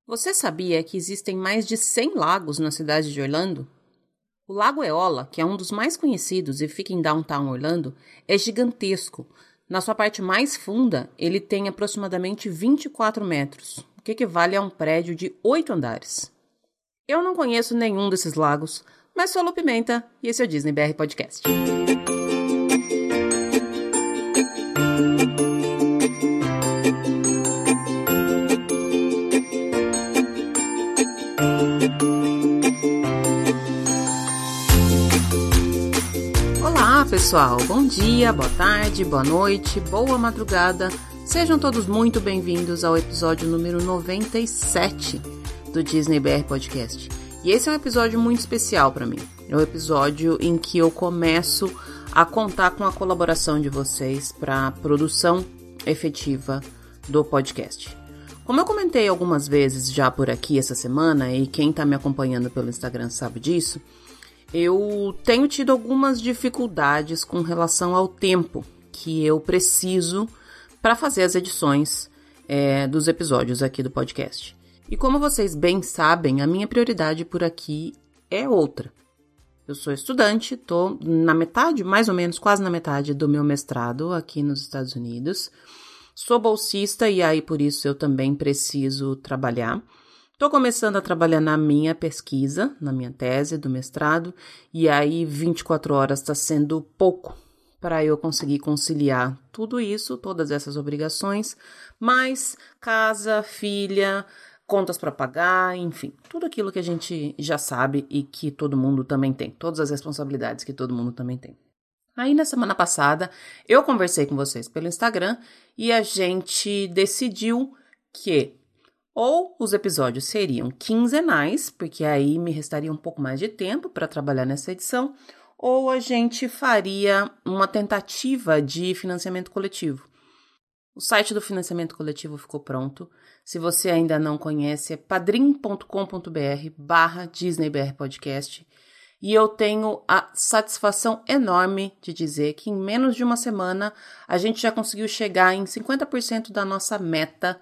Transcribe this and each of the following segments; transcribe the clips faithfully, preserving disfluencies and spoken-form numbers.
Você sabia que existem mais de cem lagos na cidade de Orlando? O Lago Eola, que é um dos mais conhecidos e fica em Downtown Orlando, é gigantesco. Na sua parte mais funda, ele tem aproximadamente vinte e quatro metros, o que equivale a um prédio de oito andares. Eu não conheço nenhum desses lagos, mas sou Lu Pimenta e esse é o Disney B R Podcast. Olá pessoal, bom dia, boa tarde, boa noite, boa madrugada. Sejam todos muito bem-vindos ao episódio número noventa e sete do Disney B R Podcast. E esse é um episódio muito especial para mim. É o episódio em que eu começo a contar com a colaboração de vocês para a produção efetiva do podcast. Como eu comentei algumas vezes já por aqui essa semana, e quem está me acompanhando pelo Instagram sabe disso, eu tenho tido algumas dificuldades com relação ao tempo que eu preciso para fazer as edições é, dos episódios aqui do podcast. E como vocês bem sabem, a minha prioridade por aqui é outra. Eu sou estudante, estou na metade, mais ou menos, quase na metade do meu mestrado aqui nos Estados Unidos. Sou bolsista e aí por isso eu também preciso trabalhar. Estou começando a trabalhar na minha pesquisa, na minha tese do mestrado, e aí vinte e quatro horas está sendo pouco para eu conseguir conciliar tudo isso, todas essas obrigações, mais casa, filha, contas para pagar, enfim, tudo aquilo que a gente já sabe e que todo mundo também tem, todas as responsabilidades que todo mundo também tem. Aí na semana passada eu conversei com vocês pelo Instagram e a gente decidiu que ou os episódios seriam quinzenais, porque aí me restaria um pouco mais de tempo para trabalhar nessa edição, ou a gente faria uma tentativa de financiamento coletivo. O site do financiamento coletivo ficou pronto. Se você ainda não conhece, é padrim.com.br barra DisneyBR Podcast. E eu tenho a satisfação enorme de dizer que em menos de uma semana a gente já conseguiu chegar em cinquenta por cento da nossa meta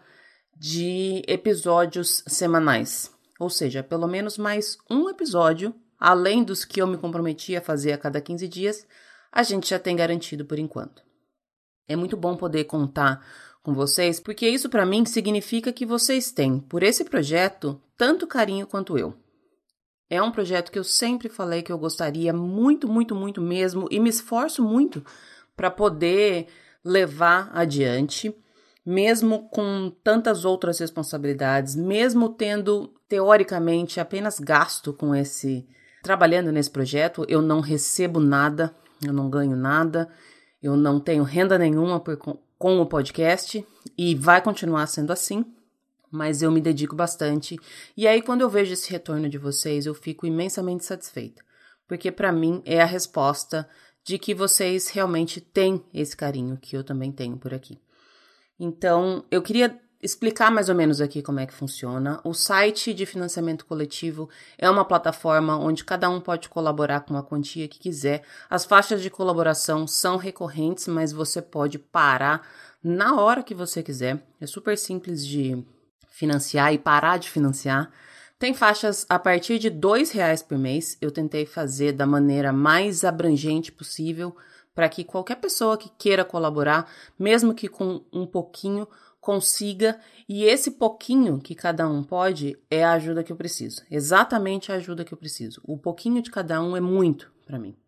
de episódios semanais, ou seja, pelo menos mais um episódio, além dos que eu me comprometi a fazer a cada quinze dias, a gente já tem garantido por enquanto. É muito bom poder contar com vocês, porque isso para mim significa que vocês têm, por esse projeto, tanto carinho quanto eu. É um projeto que eu sempre falei que eu gostaria muito, muito, muito mesmo, e me esforço muito para poder levar adiante, mesmo com tantas outras responsabilidades, mesmo tendo, teoricamente, apenas gasto com esse, trabalhando nesse projeto, eu não recebo nada, eu não ganho nada, eu não tenho renda nenhuma por, com o podcast, e vai continuar sendo assim, mas eu me dedico bastante, e aí quando eu vejo esse retorno de vocês, eu fico imensamente satisfeita, porque para mim é a resposta de que vocês realmente têm esse carinho que eu também tenho por aqui. Então, eu queria explicar mais ou menos aqui como é que funciona. O site de financiamento coletivo é uma plataforma onde cada um pode colaborar com a quantia que quiser. As faixas de colaboração são recorrentes, mas você pode parar na hora que você quiser. É super simples de financiar e parar de financiar. Tem faixas a partir de dois reais por mês. Eu tentei fazer da maneira mais abrangente possível, para que qualquer pessoa que queira colaborar, mesmo que com um pouquinho, consiga. E esse pouquinho que cada um pode é a ajuda que eu preciso. Exatamente a ajuda que eu preciso. O pouquinho de cada um é muito para mim.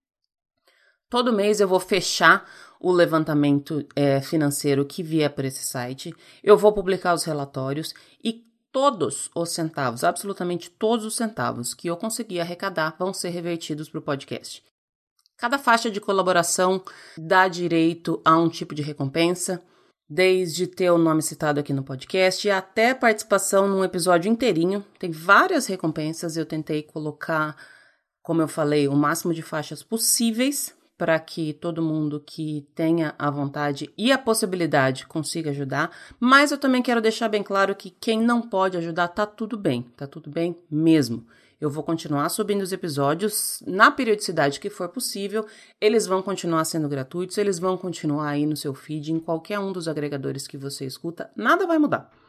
Todo mês eu vou fechar o levantamento é, financeiro que vier por esse site. Eu vou publicar os relatórios e todos os centavos, absolutamente todos os centavos que eu conseguir arrecadar vão ser revertidos para o podcast. Cada faixa de colaboração dá direito a um tipo de recompensa, desde ter o nome citado aqui no podcast até participação num episódio inteirinho. Tem várias recompensas, eu tentei colocar, como eu falei, o máximo de faixas possíveis para que todo mundo que tenha a vontade e a possibilidade consiga ajudar, mas eu também quero deixar bem claro que quem não pode ajudar tá tudo bem, tá tudo bem mesmo. Eu vou continuar subindo os episódios na periodicidade que for possível, eles vão continuar sendo gratuitos, eles vão continuar aí no seu feed, em qualquer um dos agregadores que você escuta, nada vai mudar.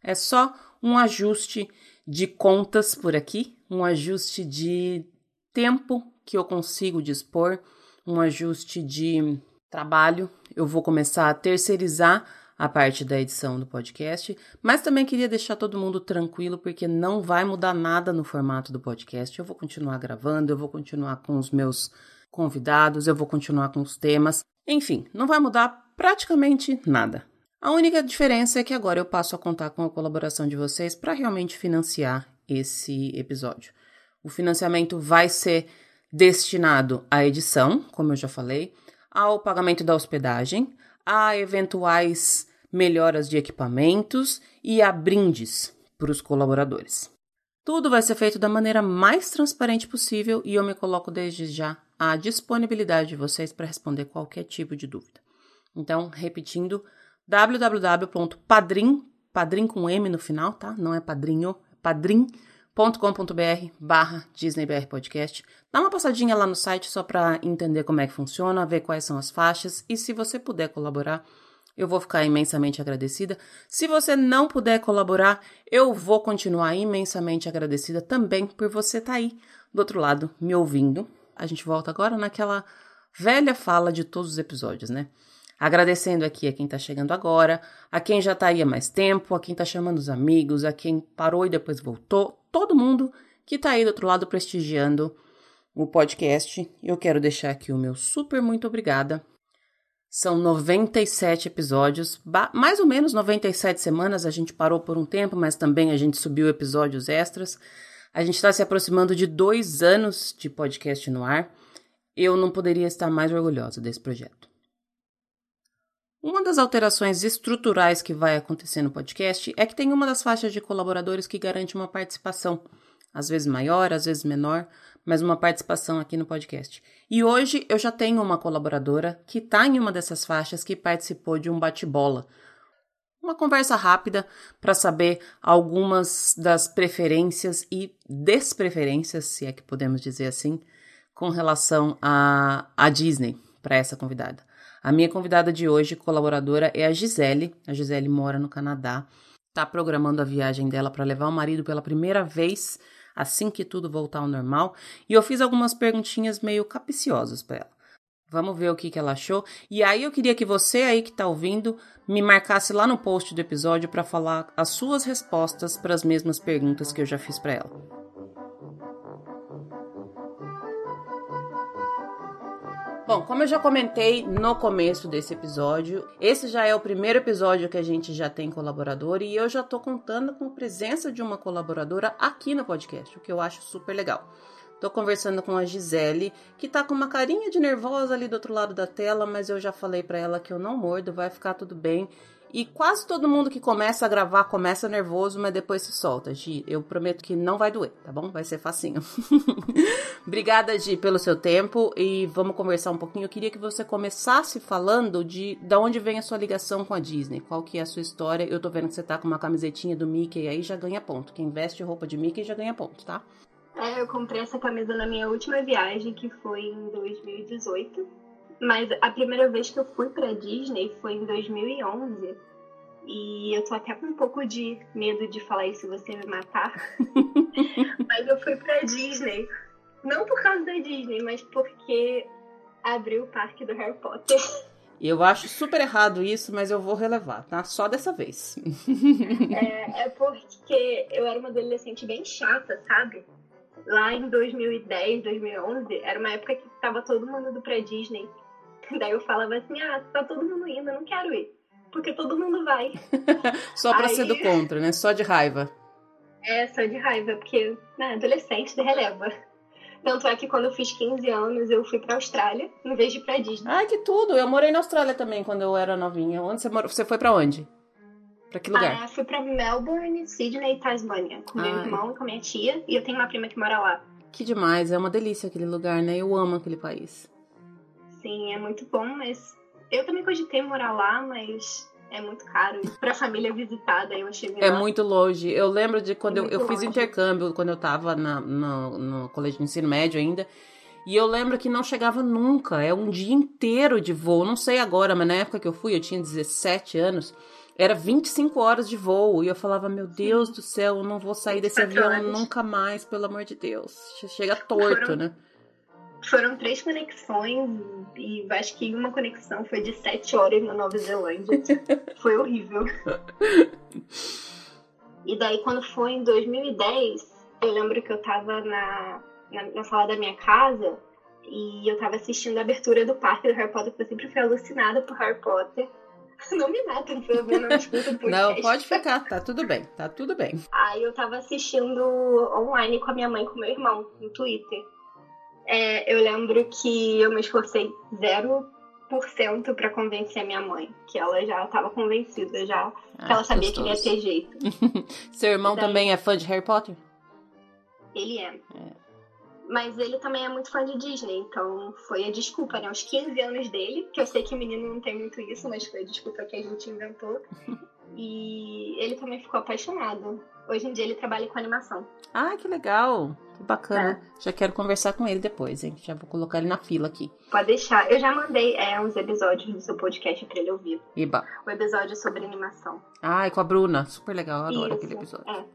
É só um ajuste de contas por aqui, um ajuste de tempo que eu consigo dispor, um ajuste de trabalho. Eu vou começar a terceirizar a parte da edição do podcast, mas também queria deixar todo mundo tranquilo, porque não vai mudar nada no formato do podcast. Eu vou continuar gravando, eu vou continuar com os meus convidados, eu vou continuar com os temas. Enfim, não vai mudar praticamente nada. A única diferença é que agora eu passo a contar com a colaboração de vocês para realmente financiar esse episódio. O financiamento vai ser destinado à edição, como eu já falei, ao pagamento da hospedagem, a eventuais melhoras de equipamentos e a brindes para os colaboradores. Tudo vai ser feito da maneira mais transparente possível e eu me coloco desde já à disponibilidade de vocês para responder qualquer tipo de dúvida. Então, repetindo, w w w ponto padrim, padrim com M no final, tá? Não é padrinho, é padrim ponto com ponto b r barra Disney B R Podcast. Dá uma passadinha lá no site só para entender como é que funciona, ver quais são as faixas e se você puder colaborar, eu vou ficar imensamente agradecida. Se você não puder colaborar, eu vou continuar imensamente agradecida também por você estar aí do outro lado me ouvindo. A gente volta agora naquela velha fala de todos os episódios, né? Agradecendo aqui a quem tá chegando agora, a quem já tá aí há mais tempo, a quem tá chamando os amigos, a quem parou e depois voltou, todo mundo que tá aí do outro lado prestigiando o podcast. Eu quero deixar aqui o meu super muito obrigada. São noventa e sete episódios, mais ou menos noventa e sete semanas, a gente parou por um tempo, mas também a gente subiu episódios extras. A gente está se aproximando de dois anos de podcast no ar. Eu não poderia estar mais orgulhosa desse projeto. Uma das alterações estruturais que vai acontecer no podcast é que tem uma das faixas de colaboradores que garante uma participação, às vezes maior, às vezes menor, mas uma participação aqui no podcast. E hoje eu já tenho uma colaboradora que está em uma dessas faixas que participou de um bate-bola. Uma conversa rápida para saber algumas das preferências e despreferências, se é que podemos dizer assim, com relação a, a Disney para essa convidada. A minha convidada de hoje, colaboradora, é a Gisele. A Gisele mora no Canadá, está programando a viagem dela para levar o marido pela primeira vez, assim que tudo voltar ao normal. E eu fiz algumas perguntinhas meio capciosas para ela. Vamos ver o que, que ela achou. E aí eu queria que você aí que está ouvindo me marcasse lá no post do episódio para falar as suas respostas para as mesmas perguntas que eu já fiz para ela. Bom, como eu já comentei no começo desse episódio, esse já é o primeiro episódio que a gente já tem colaborador e eu já tô contando com a presença de uma colaboradora aqui no podcast, o que eu acho super legal. Tô conversando com a Gisele, que tá com uma carinha de nervosa ali do outro lado da tela, mas eu já falei pra ela que eu não mordo, vai ficar tudo bem. E quase todo mundo que começa a gravar começa nervoso, mas depois se solta. Gi, eu prometo que não vai doer, tá bom? Vai ser facinho. Obrigada, Gi, pelo seu tempo e vamos conversar um pouquinho. Eu queria que você começasse falando de, de onde vem a sua ligação com a Disney. Qual que é a sua história? Eu tô vendo que você tá com uma camisetinha do Mickey aí, já ganha ponto. Quem veste roupa de Mickey já ganha ponto, tá? É, eu comprei essa camisa na minha última viagem, que foi em dois mil e dezoito. Mas a primeira vez que eu fui pra Disney foi em dois mil e onze. E eu tô até com um pouco de medo de falar isso se você me matar. Mas eu fui pra Disney. Não por causa da Disney, mas porque abriu o parque do Harry Potter. Eu acho super errado isso, mas eu vou relevar, tá? Só dessa vez. é, é porque eu era uma adolescente bem chata, sabe? Lá em dois mil e dez, dois mil e onze, era uma época que tava todo mundo indo pra Disney. Daí eu falava assim, ah, tá todo mundo indo, eu não quero ir. Porque todo mundo vai. Só pra Aí... ser do contra, né? Só de raiva. É, só de raiva, porque, né, adolescente releva. Tanto é que quando eu fiz quinze anos, eu fui pra Austrália, em vez de ir pra Disney. Ai, que tudo! Eu morei na Austrália também, quando eu era novinha. Onde você morou? Você foi pra onde? Pra que lugar? Ah, fui pra Melbourne, Sydney e Tasmânia, com meu Ai. irmão e com a minha tia. E eu tenho uma prima que mora lá. Que demais, é uma delícia aquele lugar, né? Eu amo aquele país. Sim, é muito bom, mas eu também cogitei morar lá, mas é muito caro. Pra família visitar, daí eu achei melhor. É muito longe. Eu lembro de quando É eu, eu fiz longe. intercâmbio, quando eu tava na, no, no colégio de ensino médio ainda. E eu lembro que não chegava nunca. É um dia inteiro de voo. Não sei agora, mas na época que eu fui, eu tinha dezessete anos. era vinte e cinco horas de voo. E eu falava, meu Deus Sim. do céu, eu não vou sair desse avião horas. nunca mais, pelo amor de Deus. Chega torto, foram, né? Foram três conexões e acho que uma conexão foi de sete horas na Nova Zelândia. Foi horrível. E daí, quando foi em dois mil e dez, eu lembro que eu tava na, na, na sala da minha casa e eu tava assistindo a abertura do parque do Harry Potter, porque eu sempre fui alucinada por Harry Potter. Não me matam pra eu ver, não escuta o podcast. Não, pode ficar, tá tudo bem, tá tudo bem. Aí eu tava assistindo online com a minha mãe e com o meu irmão, no Twitter. É, eu lembro que eu me esforcei zero por cento pra convencer a minha mãe, que ela já tava convencida, já, ah, que ela sabia gostoso. que ele ia ter jeito. Seu irmão daí, também é fã de Harry Potter? Ele é. é. Mas ele também é muito fã de Disney, então foi a desculpa, né? Os quinze anos dele, que eu sei que o menino não tem muito isso, mas foi a desculpa que a gente inventou. E ele também ficou apaixonado. Hoje em dia ele trabalha com animação. Ah, que legal! Que bacana. É. Já quero conversar com ele depois, hein? Já vou colocar ele na fila aqui. Pode deixar. Eu já mandei é, uns episódios do seu podcast pra ele ouvir. Iba. O episódio sobre animação. Ah, e com a Bruna. Super legal, eu adoro Isso, aquele episódio. É.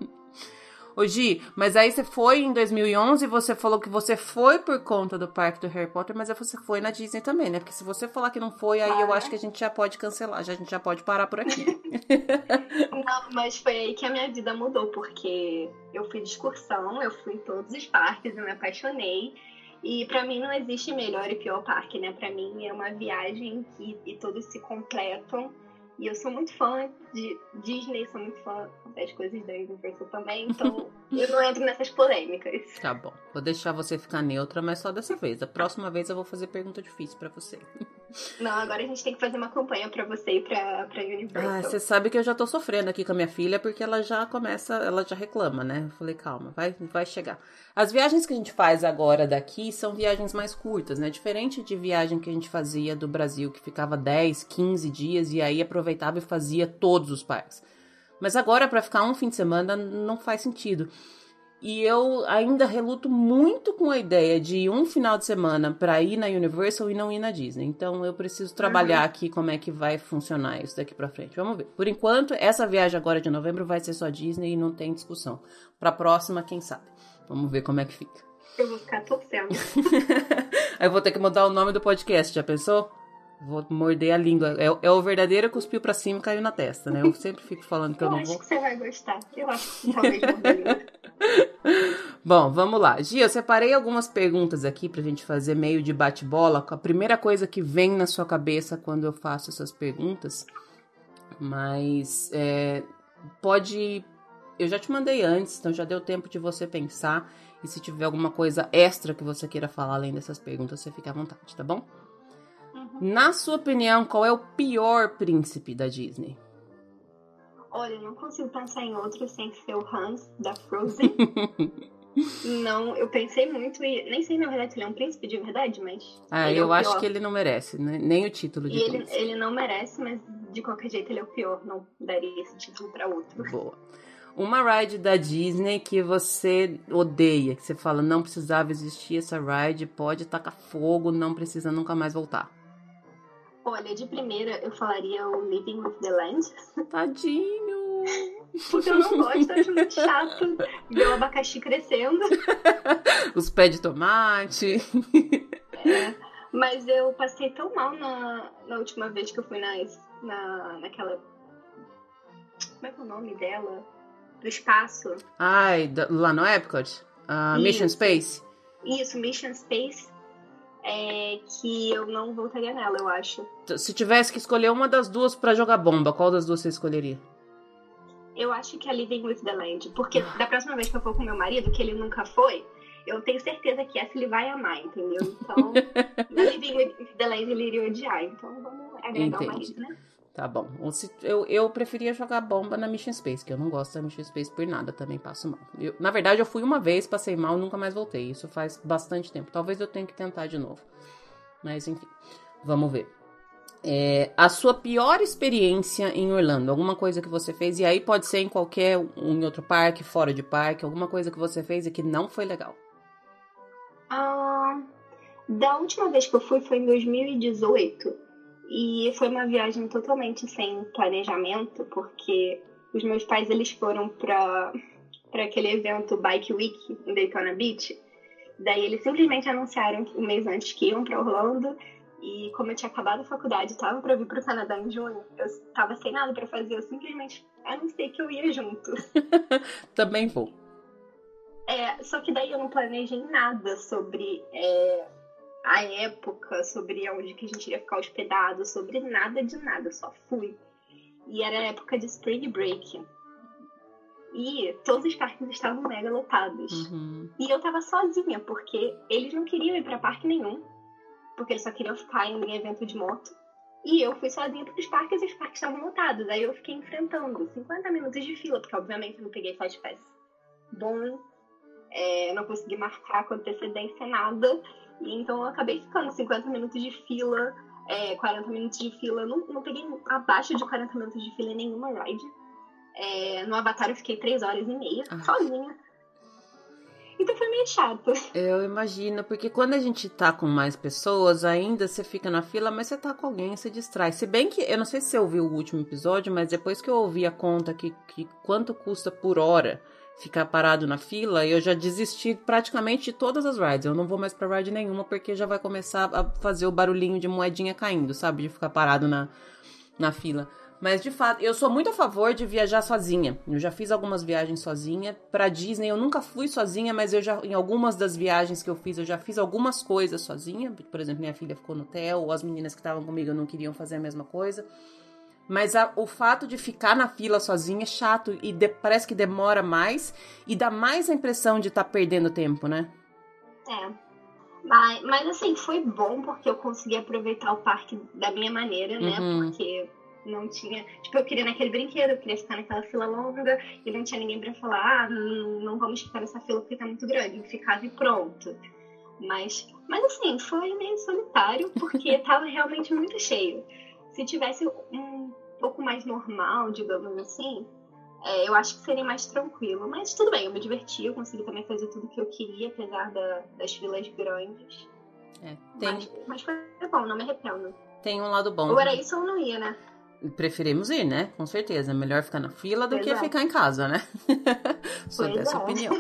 Ô Gi, mas aí você foi em dois mil e onze e você falou que você foi por conta do parque do Harry Potter, mas aí você foi na Disney também, né? Porque se você falar que não foi, aí ah, eu acho que a gente já pode cancelar, já, a gente já pode parar por aqui. Não, mas foi aí que a minha vida mudou, porque eu fui de excursão, eu fui em todos os parques, eu me apaixonei. E pra mim não existe melhor e pior parque, né? Pra mim é uma viagem que e todos se completam. E eu sou muito fã de Disney, sou muito fã das coisas da Universal também, então eu não entro nessas polêmicas. Tá bom, vou deixar você ficar neutra, mas só dessa vez. A próxima vez eu vou fazer pergunta difícil pra você. Não, agora a gente tem que fazer uma campanha pra você e pra, pra Universal. Ah, você sabe que eu já tô sofrendo aqui com a minha filha, porque ela já começa, ela já reclama, né? Eu falei, calma, vai, vai chegar. As viagens que a gente faz agora daqui são viagens mais curtas, né? Diferente de viagem que a gente fazia do Brasil, que ficava dez, quinze dias e aí aproveitava e fazia todos os parques. Mas agora, pra ficar um fim de semana, não faz sentido. E eu ainda reluto muito com a ideia de ir um final de semana pra ir na Universal e não ir na Disney. Então, eu preciso trabalhar uhum. aqui como é que vai funcionar isso daqui pra frente. Vamos ver. Por enquanto, essa viagem agora de novembro vai ser só Disney e não tem discussão. Pra próxima, quem sabe? Vamos ver como é que fica. Eu vou ficar torcendo. Aí eu vou ter que mudar o nome do podcast, já pensou? Vou morder a língua. É, é o verdadeiro cuspiu pra cima e caiu na testa, né? Eu sempre fico falando que eu, eu não vou. Eu acho que você vai gostar. Eu acho que talvez morder. Bom, vamos lá. Gia, eu separei algumas perguntas aqui pra gente fazer meio de bate-bola. A primeira coisa que vem na sua cabeça quando eu faço essas perguntas. Mas é, pode... Eu já te mandei antes, então já deu tempo de você pensar. E se tiver alguma coisa extra que você queira falar além dessas perguntas, você fica à vontade, tá bom? Na sua opinião, qual é o pior príncipe da Disney? Olha, eu não consigo pensar em outro sem ser o Hans, da Frozen. Não, eu pensei muito e nem sei, na verdade, se ele é um príncipe de verdade, mas... Ah, eu é acho pior. que ele não merece, né? Nem o título de e príncipe. Ele, ele não merece, mas de qualquer jeito ele é o pior. Não daria esse título pra outro. Boa. Uma ride da Disney que você odeia, que você fala, não precisava existir essa ride, pode tacar fogo, não precisa nunca mais voltar. Olha, de primeira eu falaria o Living with the Land. Tadinho! Porque eu não gosto, eu acho muito chato ver o abacaxi crescendo. Os pés de tomate. É, mas eu passei tão mal na, na última vez que eu fui nas, na, naquela... Como é que é o nome dela? Do espaço. Ai, lá no Epcot? Uh, Mission Space? Isso, Mission Space. É que eu não voltaria nela, eu acho. Se tivesse que escolher uma das duas pra jogar bomba, qual das duas você escolheria? Eu acho que é Living with the Land. Porque da próxima vez que eu for com meu marido, que ele nunca foi, eu tenho certeza que essa ele vai amar, entendeu? Então, na Living with the Land ele iria odiar. Então vamos agradar Entendi. o marido, né? Tá bom. Eu, eu preferia jogar bomba na Mission Space, que eu não gosto da Mission Space por nada, também passo mal. Eu, na verdade, eu fui uma vez, passei mal e nunca mais voltei. Isso faz bastante tempo. Talvez eu tenha que tentar de novo. Mas, enfim, vamos ver. É, a sua pior experiência em Orlando, alguma coisa que você fez, e aí pode ser em qualquer, em outro parque, fora de parque, alguma coisa que você fez e que não foi legal. Ah, da última vez que eu fui foi em dois mil e dezoito. E foi uma viagem totalmente sem planejamento, porque os meus pais, eles foram para para aquele evento Bike Week em Daytona Beach. Daí eles simplesmente anunciaram um mês antes que iam para Orlando. E como eu tinha acabado a faculdade e tava para vir para o Canadá em junho, eu tava sem nada para fazer, eu simplesmente anunciei que eu ia junto. Também vou. É, só que daí eu não planejei nada sobre é, a época, sobre onde que a gente ia ficar hospedado, sobre nada de nada, eu só fui. E era a época de Spring Break. E todos os parques estavam mega lotados. Uhum. E eu tava sozinha, porque eles não queriam ir pra parque nenhum, porque eles só queriam ficar indo em evento de moto. E eu fui sozinha para os parques e os parques estavam lotados. Aí eu fiquei enfrentando cinquenta minutos de fila, porque obviamente eu não peguei Fast Pass bom, é, não consegui marcar com antecedência nada. E então eu acabei ficando cinquenta minutos de fila, é, quarenta minutos de fila. Não, não peguei abaixo de quarenta minutos de fila em nenhuma ride. É, no Avatar eu fiquei três horas e meia, ah. sozinha. Então foi meio chato. Eu imagino, porque quando a gente tá com mais pessoas, ainda você fica na fila, mas você tá com alguém e você distrai. Se bem que, eu não sei se você ouviu o último episódio, mas depois que eu ouvi a conta que, que quanto custa por hora ficar parado na fila, eu já desisti praticamente de todas as rides. Eu não vou mais pra ride nenhuma, porque já vai começar a fazer o barulhinho de moedinha caindo, sabe? De ficar parado na, na fila. Mas, de fato, eu sou muito a favor de viajar sozinha. Eu já fiz algumas viagens sozinha. Pra Disney, eu nunca fui sozinha, mas eu já, em algumas das viagens que eu fiz, eu já fiz algumas coisas sozinha. Por exemplo, minha filha ficou no hotel, ou as meninas que estavam comigo não queriam fazer a mesma coisa. Mas a, o fato de ficar na fila sozinha é chato e de, parece que demora mais e dá mais a impressão de estar tá perdendo tempo, né? É. Mas, mas, assim, foi bom porque eu consegui aproveitar o parque da minha maneira, né? Uhum. Porque... não tinha, tipo, eu queria naquele brinquedo, eu queria ficar naquela fila longa e não tinha ninguém pra falar, ah, não, não vamos ficar nessa fila porque tá muito grande, eu ficava e pronto. Mas, mas assim, foi meio solitário porque tava realmente muito cheio. Se tivesse um pouco mais normal, digamos assim, é, eu acho que seria mais tranquilo. Mas tudo bem, eu me diverti, eu consegui também fazer tudo que eu queria, apesar da, das filas grandes. É, tem... mas, mas foi bom, não me arrependo. Tem um lado bom. Ou era isso ou não ia, né? Preferimos ir, né? Com certeza. É melhor ficar na fila do pois que é. ficar em casa, né? Sou pois dessa é. opinião.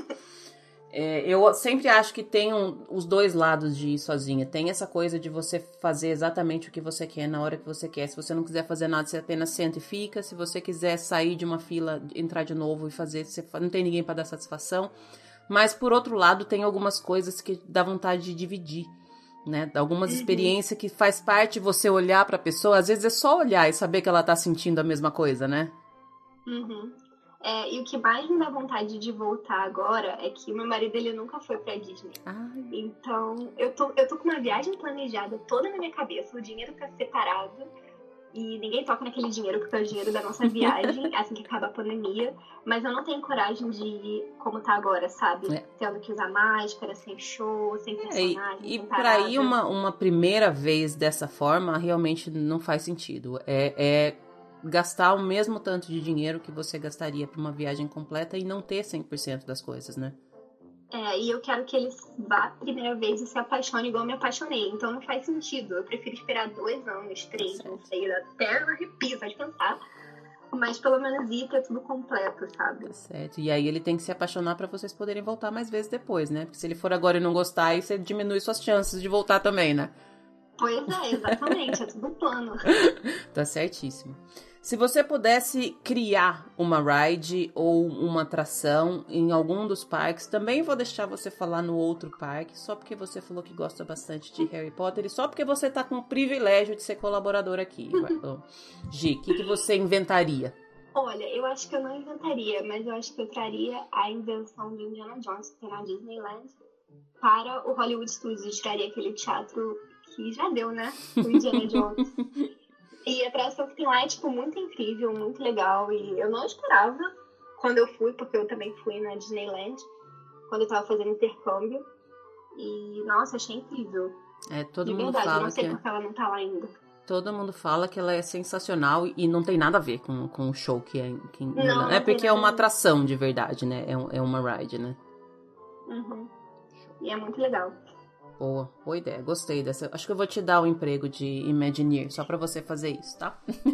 É, eu sempre acho que tem um, os dois lados de ir sozinha. Tem essa coisa de você fazer exatamente o que você quer na hora que você quer. Se você não quiser fazer nada, você apenas senta e fica. Se você quiser sair de uma fila, entrar de novo e fazer, você não tem ninguém para dar satisfação. Mas, por outro lado, tem algumas coisas que dá vontade de dividir. Né? Algumas uhum. experiências que faz parte você olhar pra pessoa, às vezes é só olhar e saber que ela tá sentindo a mesma coisa, né? Uhum. É, e o que mais me dá vontade de voltar agora é que o meu marido, ele nunca foi pra Disney. Ai. Então, eu tô, eu tô com uma viagem planejada toda na minha cabeça, o dinheiro tá separado e ninguém toca naquele dinheiro porque é o dinheiro da nossa viagem, assim que acaba a pandemia. Mas eu não tenho coragem de ir como tá agora, sabe? É. Tendo que usar máscara, sem show, sem personagem, é, E, e sem pra ir uma, uma primeira vez dessa forma, realmente não faz sentido. É, é gastar o mesmo tanto de dinheiro que você gastaria pra uma viagem completa e não ter cem por cento das coisas, né? É, e eu quero que eles vá a primeira vez e se apaixone igual eu me apaixonei. Então não faz sentido. Eu prefiro esperar dois anos, três, tá não sei, até arrepio, só de pensar. Mas pelo menos ir ter tudo completo, sabe? Tá certo. E aí ele tem que se apaixonar pra vocês poderem voltar mais vezes depois, né? Porque se ele for agora e não gostar, aí você diminui suas chances de voltar também, né? Pois é, exatamente. É tudo plano. Tá certíssimo. Se você pudesse criar uma ride ou uma atração em algum dos parques, também vou deixar você falar no outro parque, só porque você falou que gosta bastante de Harry Potter e só porque você tá com o privilégio de ser colaborador aqui. Gi, o que, que você inventaria? Olha, eu acho que eu não inventaria, mas eu acho que eu traria a invenção de Indiana Jones, que tem na Disneyland, para o Hollywood Studios. Eu tiraria aquele teatro que já deu, né? O Indiana Jones. E a atração que tem lá é, tipo, muito incrível, muito legal. E eu não esperava quando eu fui, porque eu também fui na Disneyland, quando eu tava fazendo intercâmbio. E, nossa, achei incrível. É, todo De mundo verdade, fala eu não sei que... porque ela não tá lá ainda. Todo mundo fala que ela é sensacional e não tem nada a ver com, com o show que é, que não, não é porque é uma atração de verdade, né? É, é uma ride, né? Uhum. E é muito legal. Boa, boa ideia, gostei dessa. Acho que eu vou te dar o um emprego de Imagineer, só pra você fazer isso, tá?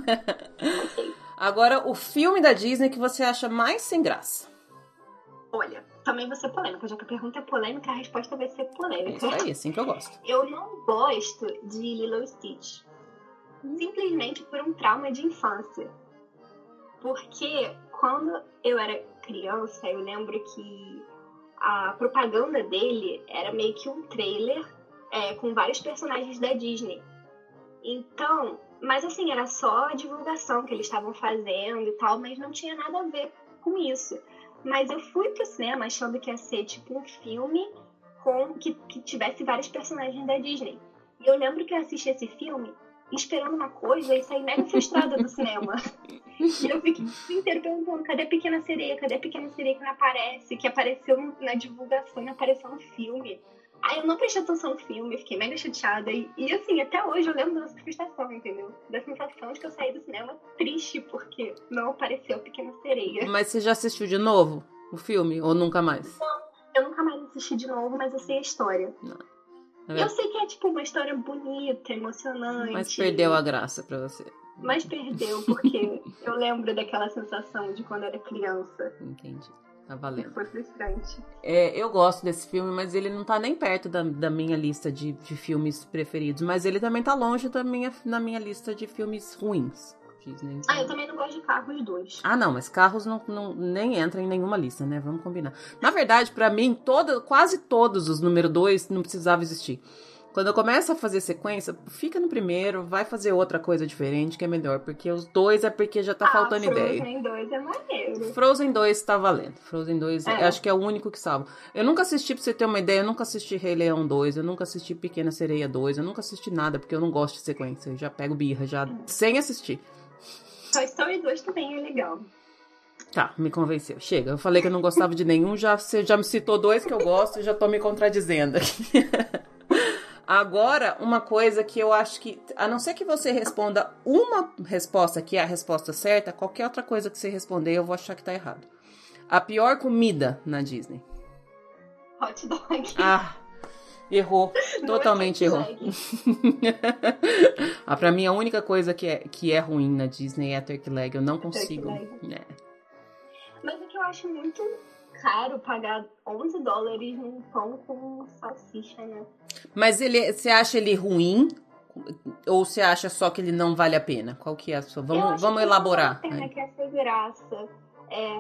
Agora, o filme da Disney que você acha mais sem graça. Olha, também vai ser polêmica, já que a pergunta é polêmica, a resposta vai ser polêmica. É isso aí, assim que eu gosto. Eu não gosto de Lilo e Stitch. Simplesmente por um trauma de infância. Porque quando eu era criança, eu lembro que a propaganda dele era meio que um trailer é, com vários personagens da Disney. Então, mas assim, era só a divulgação que eles estavam fazendo e tal, mas não tinha nada a ver com isso. Mas eu fui pro cinema achando que ia ser tipo um filme com, que, que tivesse vários personagens da Disney. E eu lembro que eu assisti esse filme esperando uma coisa e saí mega frustrada do cinema. E eu fiquei o dia inteiro perguntando, cadê a Pequena Sereia? Cadê a Pequena Sereia que não aparece? Que apareceu na divulgação e não apareceu no filme. Aí eu não prestei atenção no filme, eu fiquei mega chateada. E, e assim, até hoje eu lembro dessa frustração, entendeu? Da sensação de que eu saí do cinema triste porque não apareceu a Pequena Sereia. Mas você já assistiu de novo o filme? Ou nunca mais? Não, eu nunca mais assisti de novo, mas eu sei a história. Não. É. Eu sei que é tipo uma história bonita, emocionante. Mas perdeu a graça pra você. Mas perdeu, porque eu lembro daquela sensação de quando eu era criança. Entendi. Tá valendo. Foi frustrante. É, eu gosto desse filme, mas ele não tá nem perto da, da minha lista de, de filmes preferidos. Mas ele também tá longe da minha, na minha lista de filmes ruins. Disney. Ah, eu também não gosto de Carros dois. Ah, não, mas Carros não, não, nem entra em nenhuma lista, né? Vamos combinar. Na verdade, pra mim, toda, quase todos os número dois não precisavam existir. Quando eu começo a fazer sequência, fica no primeiro, vai fazer outra coisa diferente, que é melhor. Porque os dois é porque já tá ah, faltando Frozen ideia. Frozen dois é maneiro. Frozen dois tá valendo. Frozen dois, é. eu acho que é o único que salva. Eu nunca assisti, pra você ter uma ideia, eu nunca assisti Rei Leão dois, eu nunca assisti Pequena Sereia dois, eu nunca assisti nada, porque eu não gosto de sequência. Eu já pego birra, já sem assistir. Toy Story dois também é legal. Tá, me convenceu. Chega, eu falei que eu não gostava de nenhum, já, você já me citou dois que eu gosto e já tô me contradizendo aqui. Agora, uma coisa que eu acho que, a não ser que você responda uma resposta que é a resposta certa, qualquer outra coisa que você responder eu vou achar que tá errado. A pior comida na Disney. Hot dog. Ah, errou. Totalmente é errou. ah, pra mim, a única coisa que é, que é ruim na Disney é a turkey leg. Eu não consigo. É. Mas é que eu acho muito caro pagar onze dólares num pão com salsicha, né? Mas ele, você acha ele ruim? Ou você acha só que ele não vale a pena? Qual que é a sua? Vamos, vamos elaborar. Não vale a pena, que é sem graça. É...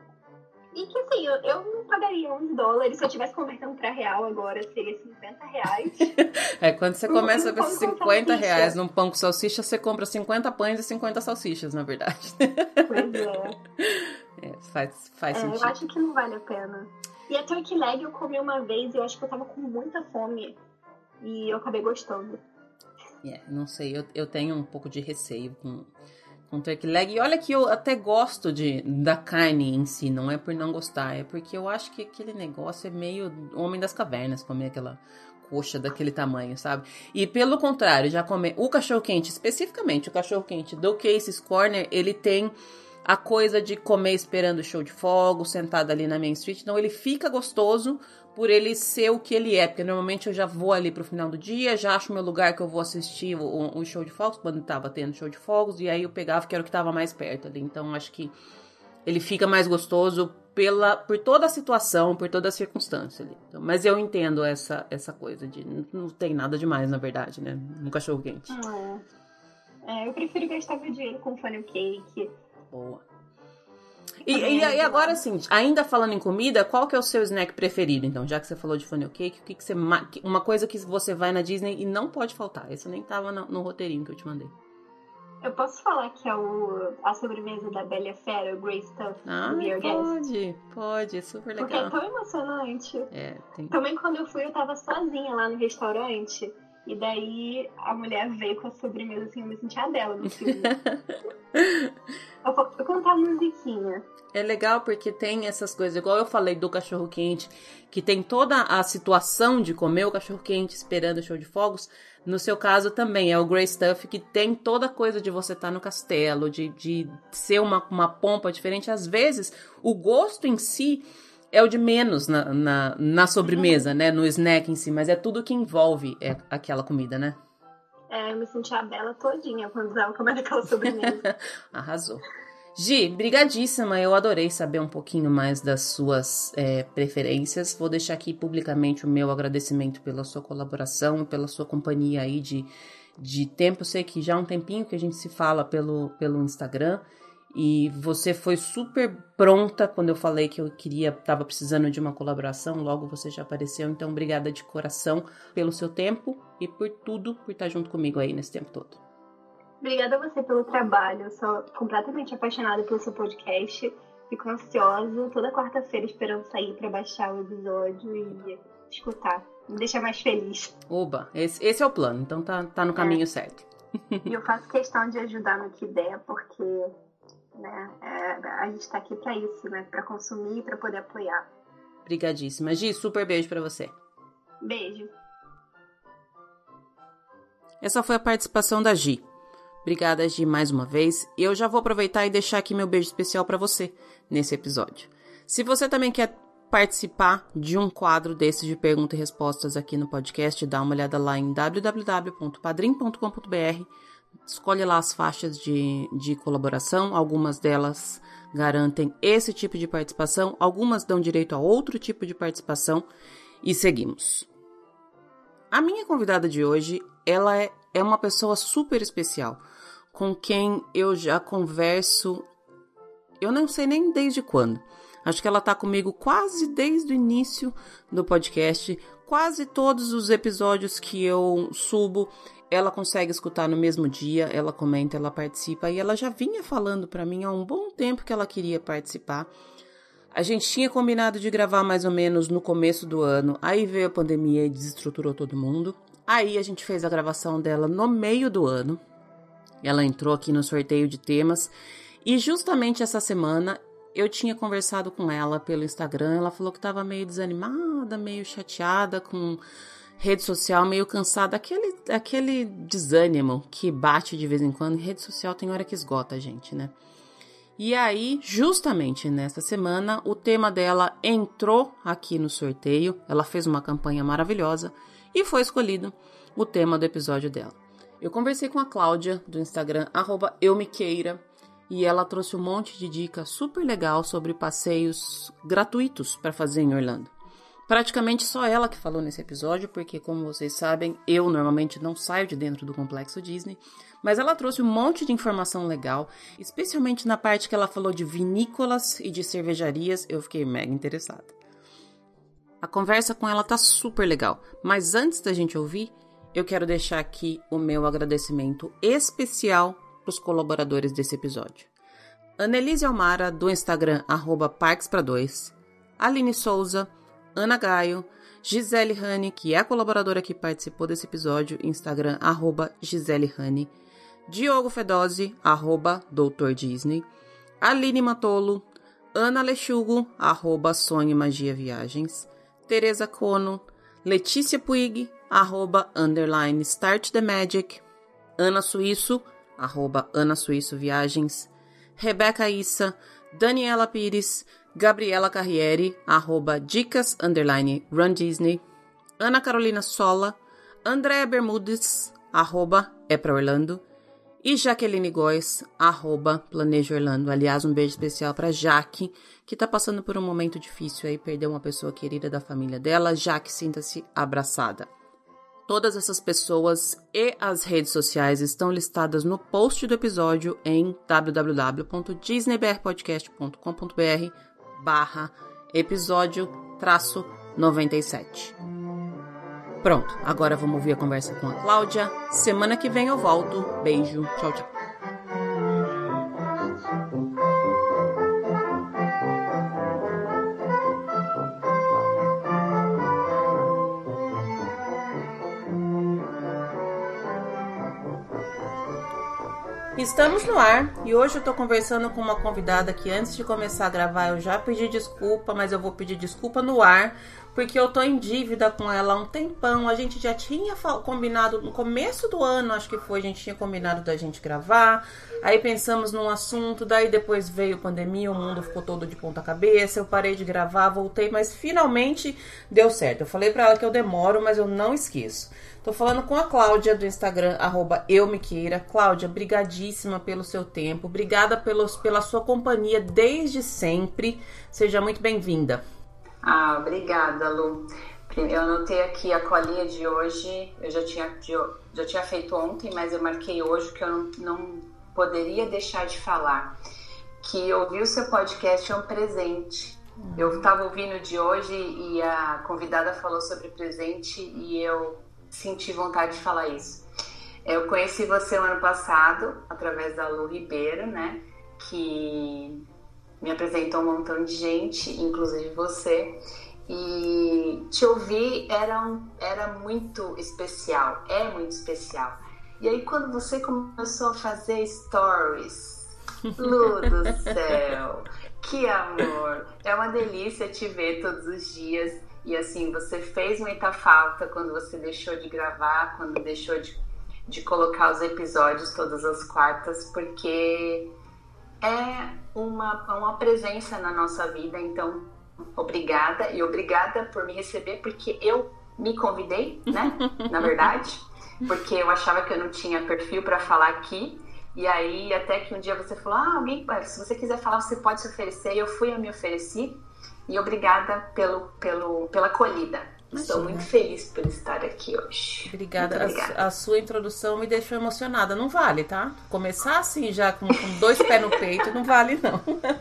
E que assim, eu, eu não pagaria onze dólares. Se eu estivesse convertendo pra real agora, seria cinquenta reais. É, quando você começa um, a ver cinquenta reais num pão com salsicha, você compra cinquenta pães e cinquenta salsichas, na verdade. Pois é. É, faz, faz é, sentido. Eu acho que não vale a pena. E a turkey leg eu comi uma vez e eu acho que eu tava com muita fome. E eu acabei gostando. É, não sei, eu, eu tenho um pouco de receio com, com turkey leg. E olha que eu até gosto de, da carne em si, não é por não gostar. É porque eu acho que aquele negócio é meio homem das cavernas, comer aquela coxa daquele tamanho, sabe? E pelo contrário, já comer o cachorro-quente, especificamente o cachorro-quente do Casey's Corner, ele tem a coisa de comer esperando o show de fogo, sentado ali na Main Street. Então ele fica gostoso por ele ser o que ele é. Porque normalmente eu já vou ali pro final do dia, já acho meu lugar que eu vou assistir o, o show de fogos, quando tava tendo show de fogos, e aí eu pegava que era o que tava mais perto ali. Então acho que ele fica mais gostoso pela, por toda a situação, por toda a circunstância ali. Então, mas eu entendo essa, essa coisa de não tem nada demais, na verdade, né? Um cachorro quente. Ah, é. É, eu prefiro gastar meu dinheiro com funnel cake. Boa. E, e, e agora, assim, ainda falando em comida, qual que é o seu snack preferido, então? Já que você falou de funnel cake, o que, que você... Uma coisa que você vai na Disney e não pode faltar. Esse nem tava no, no roteirinho que eu te mandei. Eu posso falar que é o, a sobremesa da Bela e a Fera, o Grey Stuff, ah, do Be Your Guest? pode, pode, é super legal. Porque é tão emocionante. É, tem... Também quando eu fui, eu tava sozinha lá no restaurante. E daí a mulher veio com a sobremesa, assim, eu me senti a dela no filme. eu vou cantar a musiquinha. É legal porque tem essas coisas, igual eu falei do cachorro-quente, que tem toda a situação de comer o cachorro-quente esperando o show de fogos. No seu caso também é o Grey Stuff, que tem toda a coisa de você estar no castelo, de, de ser uma, uma pompa diferente. Às vezes, o gosto em si é o de menos na, na, na sobremesa, né? No snack em si, mas é tudo que envolve é, aquela comida, né? É, eu me senti a Bela todinha quando tava comendo aquela sobremesa. Arrasou. Gi, brigadíssima, eu adorei saber um pouquinho mais das suas é, preferências. Vou deixar aqui publicamente o meu agradecimento pela sua colaboração, pela sua companhia aí de, de tempo. Eu sei que já há um tempinho que a gente se fala pelo, pelo Instagram e você foi super pronta quando eu falei que eu queria, estava precisando de uma colaboração, logo você já apareceu. Então, obrigada de coração pelo seu tempo e por tudo, por estar junto comigo aí nesse tempo todo. Obrigada a você pelo trabalho. Eu sou completamente apaixonada pelo seu podcast. Fico ansiosa toda quarta-feira esperando sair para baixar o episódio e escutar. Me deixa mais feliz. Oba, esse, esse é o plano, então tá, tá no caminho é. certo. E eu faço questão de ajudar no que der, porque né, é, a gente tá aqui para isso, né? Para consumir e para poder apoiar. Obrigadíssima. Gi, super beijo para você. Beijo. Essa foi a participação da Gi. Obrigada, Gi, mais uma vez. E eu já vou aproveitar e deixar aqui meu beijo especial para você nesse episódio. Se você também quer participar de um quadro desses de perguntas e respostas aqui no podcast, dá uma olhada lá em w w w ponto padrim ponto com ponto b r. Escolhe lá as faixas de, de colaboração. Algumas delas garantem esse tipo de participação, algumas dão direito a outro tipo de participação. E seguimos. A minha convidada de hoje, ela é, é uma pessoa super especial, com quem eu já converso, eu não sei nem desde quando. Acho que ela tá comigo quase desde o início do podcast. Quase todos os episódios que eu subo, ela consegue escutar no mesmo dia, ela comenta, ela participa. E ela já vinha falando pra mim há um bom tempo que ela queria participar. A gente tinha combinado de gravar mais ou menos no começo do ano. Aí veio a pandemia e desestruturou todo mundo. Aí a gente fez a gravação dela no meio do ano. Ela entrou aqui no sorteio de temas. E justamente essa semana eu tinha conversado com ela pelo Instagram. Ela falou que estava meio desanimada, meio chateada com rede social, meio cansada. Aquele, aquele desânimo que bate de vez em quando. Rede social tem hora que esgota a gente, né? E aí, justamente nesta semana, o tema dela entrou aqui no sorteio. Ela fez uma campanha maravilhosa e foi escolhido o tema do episódio dela. Eu conversei com a Cláudia, do Instagram, arroba eumequeira, e ela trouxe um monte de dicas super legal sobre passeios gratuitos para fazer em Orlando. Praticamente só ela que falou nesse episódio, porque, como vocês sabem, eu normalmente não saio de dentro do Complexo Disney, mas ela trouxe um monte de informação legal, especialmente na parte que ela falou de vinícolas e de cervejarias, eu fiquei mega interessada. A conversa com ela tá super legal, mas antes da gente ouvir, eu quero deixar aqui o meu agradecimento especial para os colaboradores desse episódio. Annelise Almara, do Instagram, arroba Parques pra dois, Aline Souza, Ana Gaio, Gisele Rani, que é a colaboradora que participou desse episódio, Instagram, arroba Gisele Rani, Diogo Fedose, arroba Doutor Disney, Aline Matolo, Ana Lechugo, arroba Sonho e Magia Viagens, Tereza Cono, Letícia Puig, arroba underline Start the Magic, Ana Suíço, arroba Ana Suíço Viagens, Rebeca Issa, Daniela Pires, Gabriela Carriere, arroba Dicas, underline Run Disney, Ana Carolina Sola, Andréa Bermudes, arroba É Pra Orlando, e Jaqueline Góes, arroba Planeja Orlando. Aliás, um beijo especial pra Jaque, que tá passando por um momento difícil aí, perdeu uma pessoa querida da família dela. Jaque, sinta-se abraçada. Todas essas pessoas e as redes sociais estão listadas no post do episódio em w w w ponto disney b r podcast ponto com ponto b r barra episódio traço noventa e sete. Pronto, agora vamos ouvir a conversa com a Cláudia. Semana que vem eu volto. Beijo, tchau, tchau. Estamos no ar e hoje eu tô conversando com uma convidada que antes de começar a gravar eu já pedi desculpa, mas eu vou pedir desculpa no ar, porque eu tô em dívida com ela há um tempão. A gente já tinha combinado, no começo do ano, acho que foi, a gente tinha combinado da gente gravar, aí pensamos num assunto, daí depois veio pandemia, o mundo ficou todo de ponta cabeça, eu parei de gravar, voltei, mas finalmente deu certo. Eu falei pra ela que eu demoro, mas eu não esqueço. Tô falando com a Cláudia do Instagram, arroba eumequeira. Cláudia, brigadíssima pelo seu tempo, obrigada pelos, pela sua companhia desde sempre. Seja muito bem-vinda. Ah, obrigada, Lu. Eu anotei aqui a colinha de hoje, eu já tinha, já tinha feito ontem, mas eu marquei hoje que eu não, não poderia deixar de falar. Que ouvir o seu podcast é um presente. Uhum. Eu estava ouvindo de hoje e a convidada falou sobre presente e eu senti vontade de falar isso. Eu conheci você no ano passado, através da Lu Ribeiro, né? Que me apresentou um montão de gente, inclusive você. E te ouvir era, um, era muito especial, é muito especial. E aí quando você começou a fazer stories, Lu do céu, que amor! É uma delícia te ver todos os dias. E assim, você fez muita falta quando você deixou de gravar, quando deixou de, de colocar os episódios todas as quartas, porque é uma, uma presença na nossa vida. Então, obrigada. E obrigada por me receber, porque eu me convidei, né? Na verdade, porque eu achava que eu não tinha perfil para falar aqui. E aí, até que um dia você falou, ah, alguém, se você quiser falar, você pode se oferecer. E eu fui, eu me ofereci. E obrigada pelo, pelo, pela acolhida. Imagina. Estou muito feliz por estar aqui hoje. Obrigada. obrigada. A, a sua introdução me deixou emocionada. Não vale, tá? Começar assim já com, com dois pés no peito não vale, não.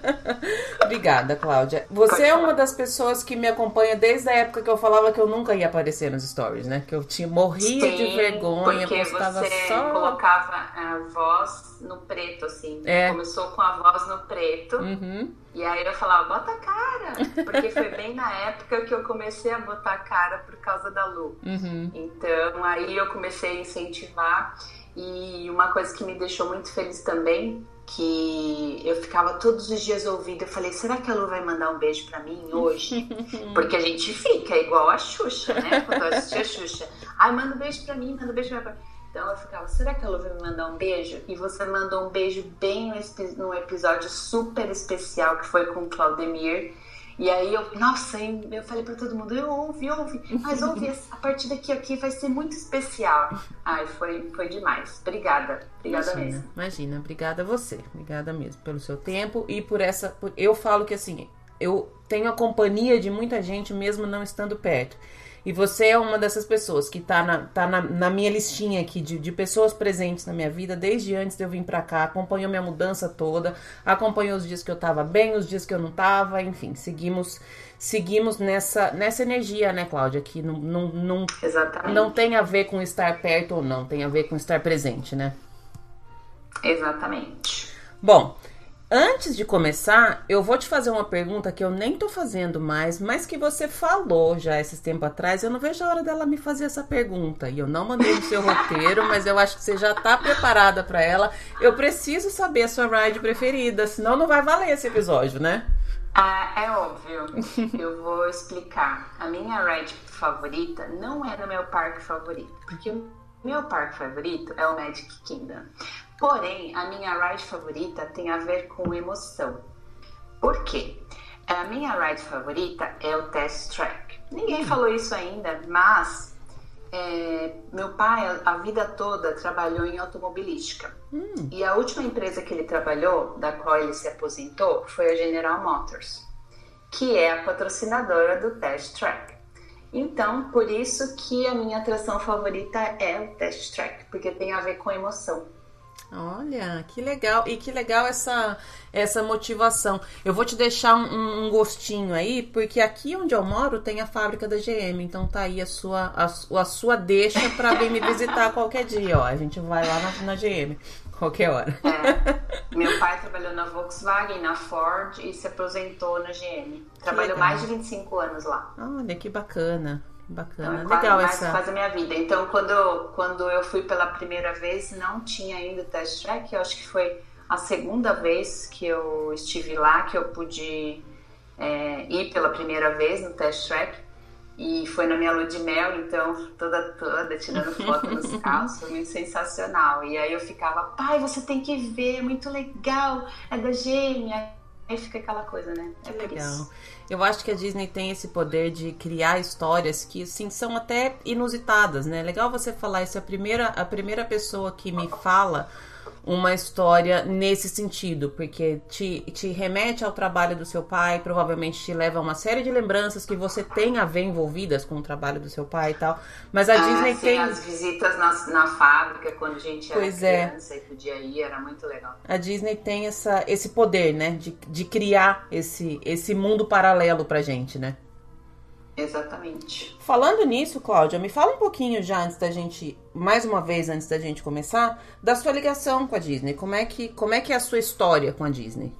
Obrigada, Cláudia. Você Pode é falar. Uma das pessoas que me acompanha desde a época que eu falava que eu nunca ia aparecer nos stories, né? Que eu tinha morria Sim, de vergonha, porque postava você só... colocava a voz no preto, assim. É. Começou com a voz no preto. Uhum. E aí eu falava, bota a cara, porque foi bem na época que eu comecei a botar a cara por causa da Lu. Uhum. Então aí eu comecei a incentivar, e uma coisa que me deixou muito feliz também, que eu ficava todos os dias ouvindo, eu falei, será que a Lu vai mandar um beijo pra mim hoje? Porque a gente fica igual a Xuxa, né? Quando eu assisti a Xuxa, ai, manda um beijo pra mim, manda um beijo pra mim. Então eu ficava, será que a Lu vai me mandar um beijo? E você mandou um beijo bem num episódio super especial que foi com o Claudemir. E aí eu, nossa, eu falei pra todo mundo, eu ouvi, ouve, mas ouve, a partir daqui aqui vai ser muito especial. Ai, foi, foi demais. Obrigada, obrigada imagina, mesmo. Imagina, obrigada a você, obrigada mesmo pelo seu tempo e por essa, por, eu falo que assim, eu tenho a companhia de muita gente mesmo não estando perto. E você é uma dessas pessoas que tá na, tá na, na minha listinha aqui de, de pessoas presentes na minha vida desde antes de eu vir pra cá, acompanhou minha mudança toda, acompanhou os dias que eu tava bem, os dias que eu não tava, enfim, seguimos seguimos nessa, nessa energia, né, Cláudia, que não, não, não, não tem a ver com estar perto ou não, tem a ver com estar presente, né? Exatamente. Bom, antes de começar, eu vou te fazer uma pergunta que eu nem tô fazendo mais, mas que você falou já esses tempos atrás. Eu não vejo a hora dela me fazer essa pergunta. E eu não mandei no seu roteiro, mas eu acho que você já tá preparada pra ela. Eu preciso saber a sua ride preferida, senão não vai valer esse episódio, né? Ah, é óbvio. Eu vou explicar. A minha ride favorita não é no meu parque favorito, porque o meu parque favorito é o Magic Kingdom. Porém, a minha ride favorita tem a ver com emoção. Por quê? A minha ride favorita é o Test Track. Ninguém falou isso ainda, mas é, meu pai, a vida toda, trabalhou em automobilística. Hum. E a última empresa que ele trabalhou, da qual ele se aposentou, foi a General Motors, que é a patrocinadora do Test Track. Então, por isso que a minha atração favorita é o Test Track, porque tem a ver com emoção. Olha, que legal. E que legal essa, essa motivação. Eu vou te deixar um, um gostinho aí, porque aqui onde eu moro tem a fábrica da G M. Então tá aí a sua, a, a sua deixa pra vir me visitar qualquer dia. Ó, a gente vai lá na, na G M, qualquer hora. É, meu pai trabalhou na Volkswagen, na Ford e se aposentou na G M. Trabalhou mais de vinte e cinco anos lá. Olha, que bacana. Bacana, então, é legal quase, essa... quase a minha vida. Então, quando eu, quando eu fui pela primeira vez, não tinha ainda o Test Track. Eu acho que foi a segunda vez que eu estive lá, que eu pude é, ir pela primeira vez no Test Track. E foi na minha lua de mel, então toda toda tirando foto nos carros, foi muito sensacional. E aí eu ficava, pai, você tem que ver, é muito legal, é da gêmea. Aí fica aquela coisa, né? É que legal. isso. Eu acho que a Disney tem esse poder de criar histórias que, assim, são até inusitadas, né? Legal você falar isso. A primeira, a primeira pessoa que me fala uma história nesse sentido, porque te, te remete ao trabalho do seu pai, provavelmente te leva a uma série de lembranças que você tem a ver envolvidas com o trabalho do seu pai e tal, mas a ah, Disney sim, tem... as visitas na, na fábrica, quando a gente era pois criança é. e podia ir, era muito legal. A Disney tem essa, esse poder, né, de, de criar esse, esse mundo paralelo pra gente, né? Exatamente. Falando nisso, Cláudia, me fala um pouquinho já antes da gente, mais uma vez antes da gente começar, da sua ligação com a Disney. Como é que, como é, que é a sua história com a Disney?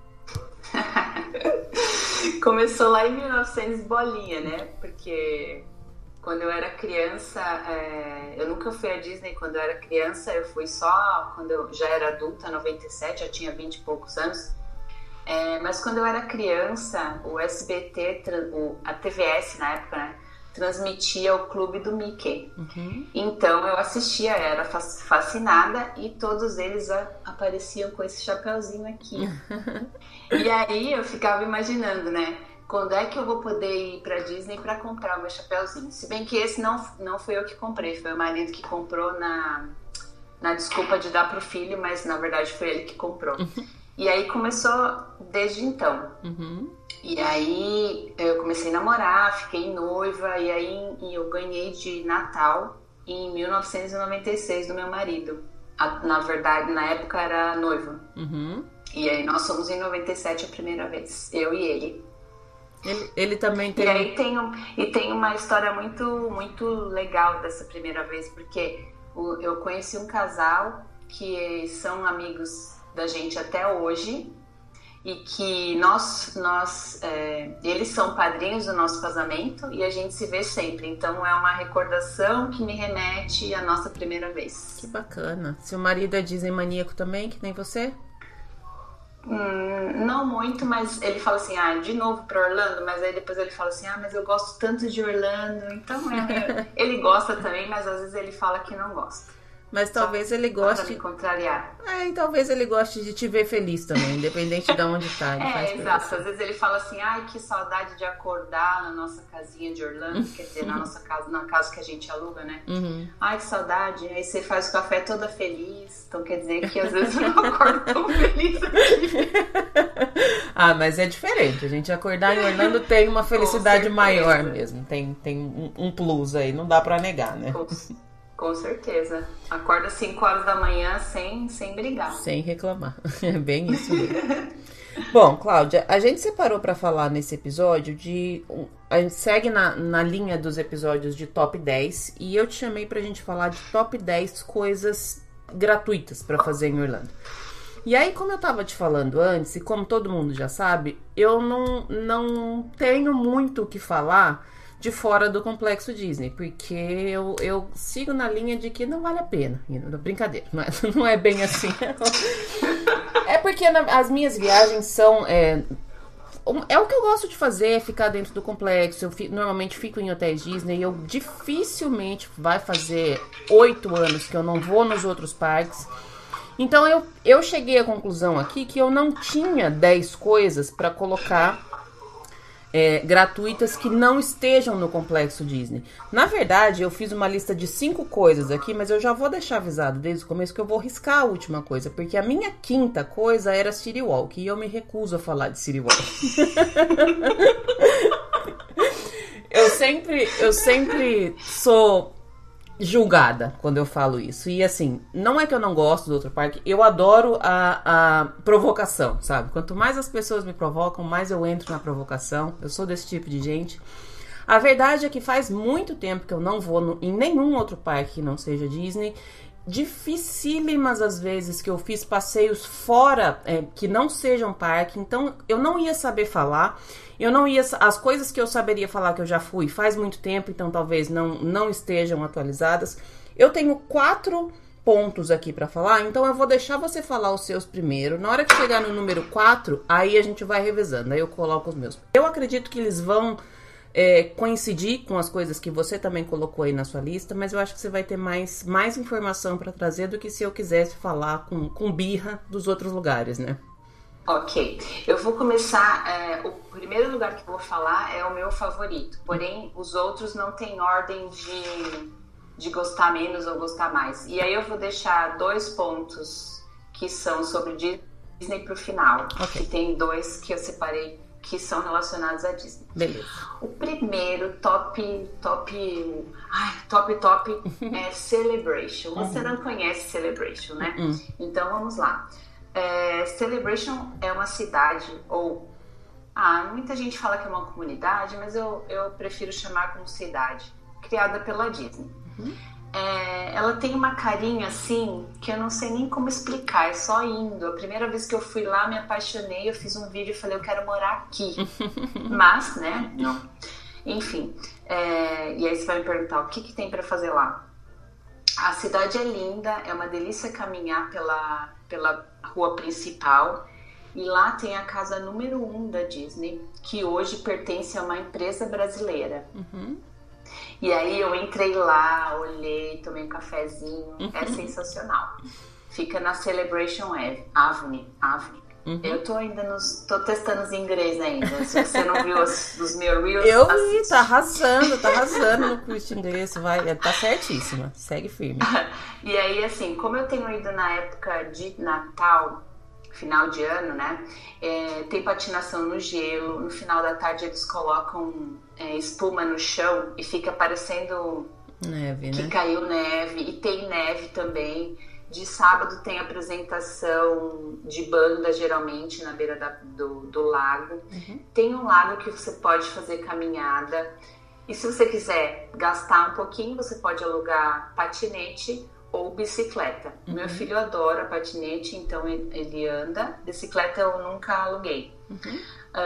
Começou lá em mil e novecentos bolinha, né? Porque quando eu era criança, é... eu nunca fui à Disney quando eu era criança, eu fui só quando eu já era adulta, noventa e sete, já tinha vinte e poucos anos. É, mas quando eu era criança, o S B T, o, a T V S na época, né, transmitia o Clube do Mickey. Uhum. Então eu assistia, era fascinada e todos eles a, apareciam com esse chapeuzinho aqui. E aí eu ficava imaginando, né, quando é que eu vou poder ir pra Disney para comprar o meu chapeuzinho? Se bem que esse não, não fui eu que comprei, foi o marido que comprou na, na desculpa de dar pro filho, mas na verdade foi ele que comprou. E aí começou desde então. Uhum. E aí eu comecei a namorar, fiquei noiva, e aí eu ganhei de Natal em mil novecentos e noventa e seis do meu marido. A, na verdade, na época era noiva. Uhum. E aí nós fomos em noventa e sete a primeira vez, eu e ele. Ele, ele também tem... E aí tem, um, e tem uma história muito, muito legal dessa primeira vez, porque o, eu conheci um casal que são amigos da gente até hoje e que nós, nós é, eles são padrinhos do nosso casamento e a gente se vê sempre, então é uma recordação que me remete à nossa primeira vez. Que bacana. Seu marido é Disney maníaco também, que nem você? Hum, não muito, mas ele fala assim, ah, de novo pra Orlando, mas aí depois ele fala assim, ah, mas eu gosto tanto de Orlando, então é, ele gosta também, mas às vezes ele fala que não gosta. Mas talvez ele goste... me contrariar. É, e talvez ele goste de te ver feliz também, independente de onde tá. Ele é, faz exato. Às vezes ele fala assim, ai, que saudade de acordar na nossa casinha de Orlando, quer dizer, na nossa casa, na casa que a gente aluga, né? Uhum. Ai, que saudade. Aí você faz o café toda feliz. Então quer dizer que às vezes eu não acordo tão feliz aqui. Ah, mas é diferente. A gente acordar em Orlando tem uma felicidade maior mesmo. Tem, tem um, um plus aí, não dá pra negar, né? Com, com certeza. Acorda às cinco horas da manhã sem, sem brigar. Sem reclamar. É bem isso mesmo. Bom, Cláudia, a gente separou pra falar nesse episódio de... A gente segue na, na linha dos episódios de top dez e eu te chamei pra gente falar de top dez coisas gratuitas pra fazer em Orlando. E aí, como eu tava te falando antes, e como todo mundo já sabe, eu não, não tenho muito o que falar de fora do complexo Disney, porque eu, eu sigo na linha de que não vale a pena. Brincadeira, não é, não é bem assim. É porque na, as minhas viagens são... É, é o que eu gosto de fazer, é ficar dentro do complexo. Eu fi, normalmente fico em hotéis Disney. Eu dificilmente vai fazer oito anos que eu não vou nos outros parques. Então eu, eu cheguei à conclusão aqui que eu não tinha dez coisas para colocar é, gratuitas que não estejam no complexo Disney. Na verdade, eu fiz uma lista de cinco coisas aqui, mas eu já vou deixar avisado desde o começo que eu vou riscar a última coisa, porque a minha quinta coisa era City Walk, e eu me recuso a falar de City Walk. eu sempre, eu sempre sou julgada quando eu falo isso. E assim, não é que eu não gosto do outro parque, eu adoro a, a provocação, sabe? Quanto mais as pessoas me provocam, mais eu entro na provocação. Eu sou desse tipo de gente. A verdade é que faz muito tempo que eu não vou no, em nenhum outro parque que não seja Disney. dificílimas as vezes que eu fiz passeios fora, é, que não sejam parque, então eu não ia saber falar, eu não ia, as coisas que eu saberia falar que eu já fui faz muito tempo, então talvez não, não estejam atualizadas. Eu tenho quatro pontos aqui pra falar, então eu vou deixar você falar os seus primeiro. Na hora que chegar no número quatro, aí a gente vai revezando, aí eu coloco os meus. Eu acredito que eles vão é, coincidir com as coisas que você também colocou aí na sua lista, mas eu acho que você vai ter mais, mais informação pra trazer do que se eu quisesse falar com, com birra dos outros lugares, né? Ok, eu vou começar, é, o primeiro lugar que eu vou falar é o meu favorito, porém os outros não têm ordem de, de gostar menos ou gostar mais. E aí eu vou deixar dois pontos que são sobre Disney pro final, okay. Que tem dois que eu separei que são relacionados à Disney. Beleza. O primeiro, top, top, ai, top, top, é Celebration. Você uhum. não conhece Celebration, né? Uhum. Então vamos lá. É, Celebration é uma cidade, ou ah, muita gente fala que é uma comunidade, mas eu, eu prefiro chamar como cidade, criada pela Disney. Uhum. É, ela tem uma carinha assim que eu não sei nem como explicar, é só indo. A primeira vez que eu fui lá, me apaixonei, eu fiz um vídeo e falei, eu quero morar aqui. Mas, né, não. Enfim, é, e aí você vai me perguntar, o que, que tem para fazer lá? A cidade é linda, é uma delícia caminhar pela, pela rua principal. E lá tem a casa número um da Disney, que hoje pertence a uma empresa brasileira. Uhum. E aí eu entrei lá, olhei, tomei um cafezinho, uhum. É sensacional. Fica na Celebration Avenue. Avenue. Uhum. Eu tô ainda nos, tô testando os inglês ainda. Se você não viu os, os meus reels, eu vi, assiste. Tá arrasando, tá arrasando no curso de inglês, vai, tá certíssima, segue firme. E aí, assim, como eu tenho ido na época de Natal, final de ano, né, é, tem patinação no gelo, no final da tarde eles colocam é, espuma no chão e fica parecendo neve, que né? caiu neve, e tem neve também. De sábado tem apresentação de banda, geralmente, na beira da, do, do lago. Uhum. Tem um lago que você pode fazer caminhada. E se você quiser gastar um pouquinho, você pode alugar patinete ou bicicleta. Uhum. Meu filho adora patinete, então ele anda. Bicicleta eu nunca aluguei. Uhum.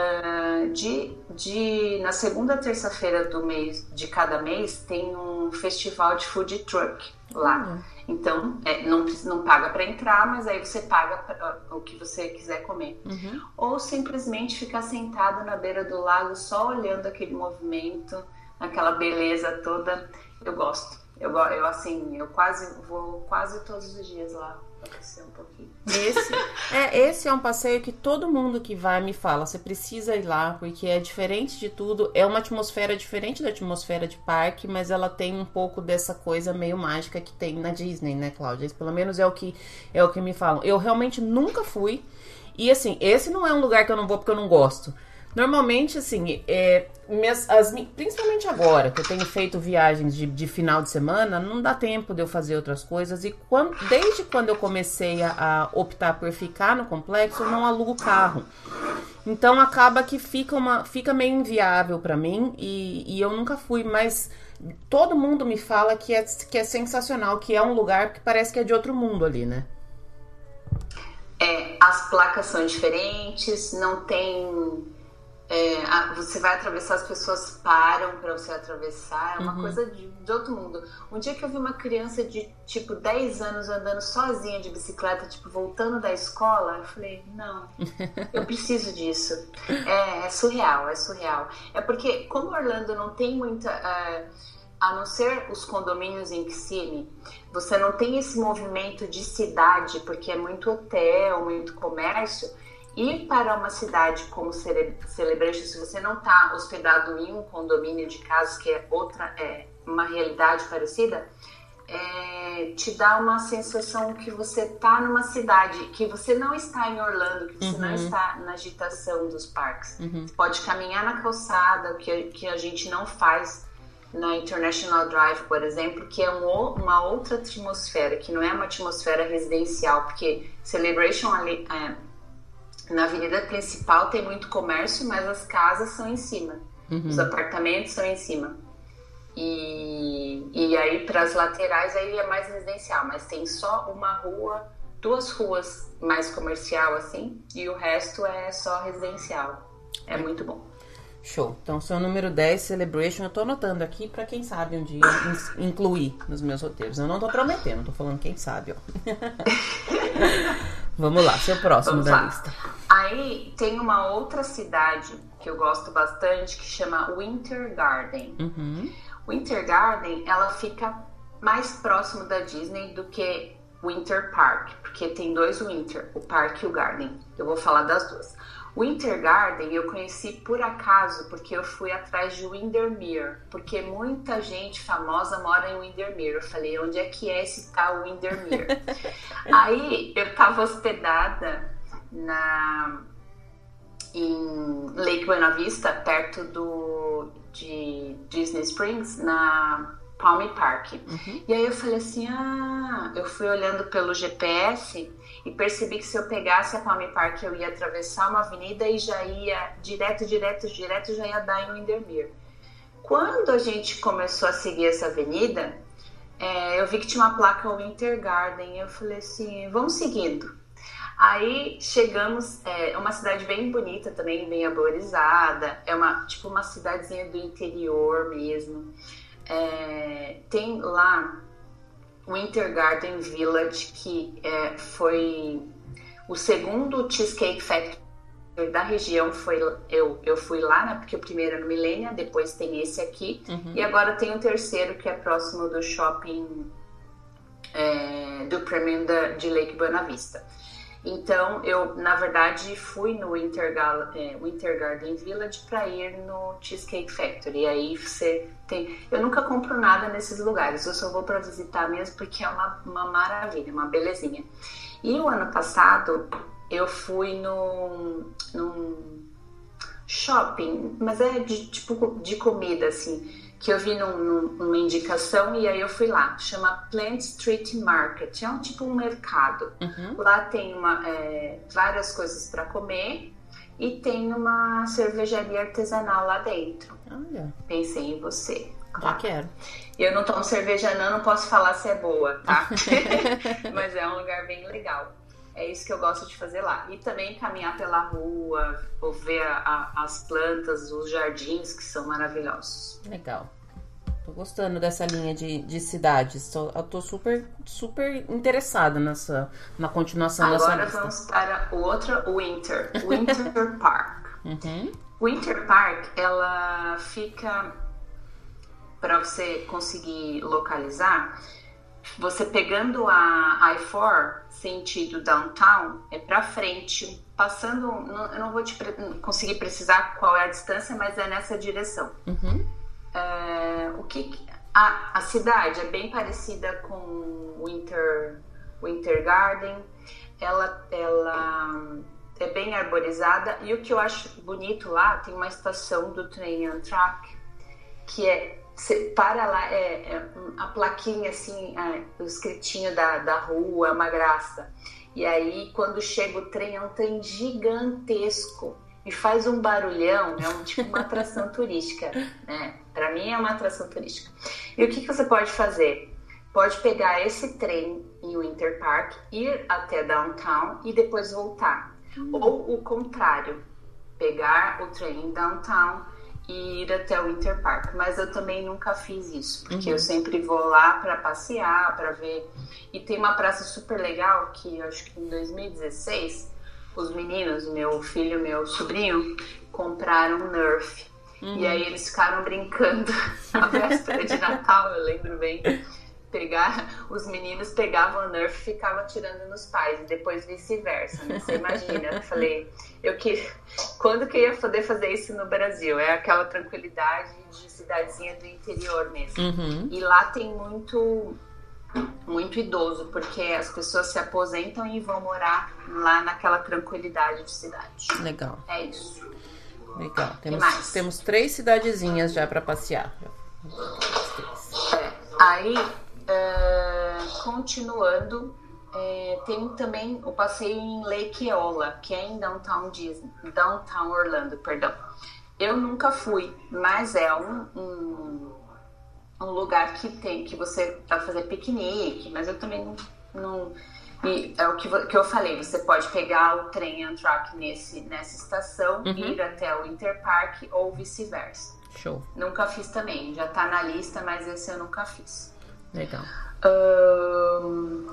Uh, de, de, na segunda terça-feira do mês, de cada mês, tem um festival de food truck lá. Uhum. Então, é, não, não paga para entrar, mas aí você paga pra, uh, o que você quiser comer. Uhum. Ou simplesmente ficar sentado na beira do lago, só olhando aquele movimento, aquela beleza toda. Eu gosto. Eu, eu assim, eu quase vou quase todos os dias lá. Um pouquinho. Esse, é, esse é um passeio que todo mundo que vai me fala, você precisa ir lá, porque é diferente de tudo, é uma atmosfera diferente da atmosfera de parque, mas ela tem um pouco dessa coisa meio mágica que tem na Disney, né, Cláudia? Esse, pelo menos é o que é o que me falam. Eu realmente nunca fui, e assim, esse não é um lugar que eu não vou porque eu não gosto. Normalmente, assim, é, minhas, as, principalmente agora, que eu tenho feito viagens de, de final de semana, não dá tempo de eu fazer outras coisas. E quando, desde quando eu comecei a, a optar por ficar no complexo, eu não alugo carro. Então, acaba que fica, uma, fica meio inviável pra mim e, e eu nunca fui. Mas todo mundo me fala que é, que é sensacional, que é um lugar que parece que é de outro mundo ali, né? É, as placas são diferentes, não tem... É, a, você vai atravessar, as pessoas param para você atravessar, é uma uhum. coisa de, de outro mundo. Um dia que eu vi uma criança de tipo dez anos andando sozinha de bicicleta, tipo voltando da escola, eu falei, não, eu preciso disso. É, é surreal, é surreal. É porque como Orlando não tem muita... Uh, a não ser os condomínios em Kissimmee, você não tem esse movimento de cidade, porque é muito hotel, muito comércio. Ir para uma cidade como Celebration, se você não está hospedado em um condomínio de casas, que é outra, é uma realidade parecida, é, te dá uma sensação que você está numa cidade, que você não está em Orlando, que você uhum. não está na agitação dos parques. Uhum. Você pode caminhar na calçada, que, que a gente não faz na International Drive, por exemplo, que é um, uma outra atmosfera, que não é uma atmosfera residencial, porque Celebration ali... É, na avenida principal tem muito comércio, mas as casas são em cima. Uhum. Os apartamentos são em cima. E, e aí para as laterais aí é mais residencial, mas tem só uma rua, duas ruas mais comercial assim, e o resto é só residencial. É muito bom. Show. Então, seu número dez, Celebration, eu tô anotando aqui pra quem sabe um dia incluir nos meus roteiros. Eu não tô prometendo, tô falando quem sabe, ó. Vamos lá, seu próximo Vamos da lá. lista. Aí tem uma outra cidade que eu gosto bastante que chama Winter Garden. Uhum. Winter Garden, ela fica mais próximo da Disney do que Winter Park, porque tem dois Winter, o Parque e o Garden. Eu vou falar das duas. Winter Garden eu conheci por acaso porque eu fui atrás de Windermere, porque muita gente famosa mora em Windermere. Eu falei, onde é que é esse tal Windermere? Aí eu tava hospedada na, em Lake Buena Vista, perto do, de Disney Springs, na Palm Park. Uhum. E aí eu falei assim, ah, eu fui olhando pelo G P S e percebi que se eu pegasse a Palm Park eu ia atravessar uma avenida e já ia direto, direto, direto, já ia dar em Windermere. Quando a gente começou a seguir essa avenida, é, eu vi que tinha uma placa Winter Garden. Eu falei assim, vamos seguindo. Aí chegamos, é uma cidade bem bonita também, bem arborizada, é uma, tipo uma cidadezinha do interior mesmo. É, tem lá Winter Garden Village, que é, foi o segundo Cheesecake Factory da região. Foi, eu, eu fui lá, né, porque o primeiro é no Millennium, depois tem esse aqui, uhum. E agora tem o terceiro, que é próximo do shopping é, do Premium da, de Lake Buena Vista. Então, eu, na verdade, fui no Winter, Gal- é, Winter Garden Village para ir no Cheesecake Factory. E aí você tem... Eu nunca compro nada nesses lugares, eu só vou para visitar mesmo porque é uma, uma maravilha, uma belezinha. E o ano passado, eu fui num, num shopping, mas é de, tipo de comida, assim, que eu vi num, num, numa indicação e aí eu fui lá. Chama Plant Street Market, é um tipo um mercado. Uhum. Lá tem uma, é, várias coisas para comer e tem uma cervejaria artesanal lá dentro. Olha. Pensei em você. Claro. Já quero. Eu não tomo cerveja não, não posso falar se é boa, tá? Mas é um lugar bem legal. É isso que eu gosto de fazer lá. E também caminhar pela rua, ou ver a, a, as plantas, os jardins, que são maravilhosos. Legal. Tô gostando dessa linha de, de cidades. Tô, eu tô super, super interessada nessa, na continuação Agora dessa lista. Agora vamos para o outro Winter. Winter Park. Uhum. Winter Park, ela fica... Para você conseguir localizar... Você pegando a I quatro, sentido downtown, é pra frente, passando, não, eu não vou te pre- conseguir precisar qual é a distância, mas é nessa direção. Uhum. É, o que, a, a cidade é bem parecida com Winter, Winter Garden, ela, ela é bem arborizada, e o que eu acho bonito lá, tem uma estação do trem Amtrak, que é você para lá, é, é a plaquinha assim, é, o escritinho da, da rua, é uma graça. E aí, quando chega o trem, é um trem gigantesco e faz um barulhão, é um, tipo uma atração turística, né? Para mim é uma atração turística. E o que, que você pode fazer? Pode pegar esse trem em Winter Park, ir até downtown e depois voltar. Hum. Ou o contrário, pegar o trem em downtown e ir até o Winter Park, mas eu também nunca fiz isso, porque uhum. eu sempre vou lá para passear, para ver. E tem uma praça super legal que eu acho que em dois mil e dezesseis os meninos, meu filho e meu sobrinho, compraram um Nerf. Uhum. E aí eles ficaram brincando na véspera de Natal, eu lembro bem. Pegar, os meninos pegavam o Nerf e ficavam atirando nos pais, e depois vice-versa, né? Você imagina, eu falei, eu que, quando que eu ia poder fazer isso no Brasil? É aquela tranquilidade de cidadezinha do interior mesmo. Uhum. E lá tem muito, muito idoso, porque as pessoas se aposentam e vão morar lá naquela tranquilidade de cidade. Legal. É isso. Legal. Temos, temos três cidadezinhas já para passear. É. Aí... Uh, continuando, é, tem também o passeio em Lake Eola, que é em Downtown Disney, Downtown Orlando, perdão. Eu nunca fui, mas é um, um, um lugar que tem, que você vai fazer piquenique, mas eu também não... não e é o que, que eu falei, você pode pegar o trem Amtrak nesse, nessa estação, uhum. ir até o Interpark ou vice-versa. Show. Nunca fiz também, já tá na lista, mas esse eu nunca fiz. Legal. Hum,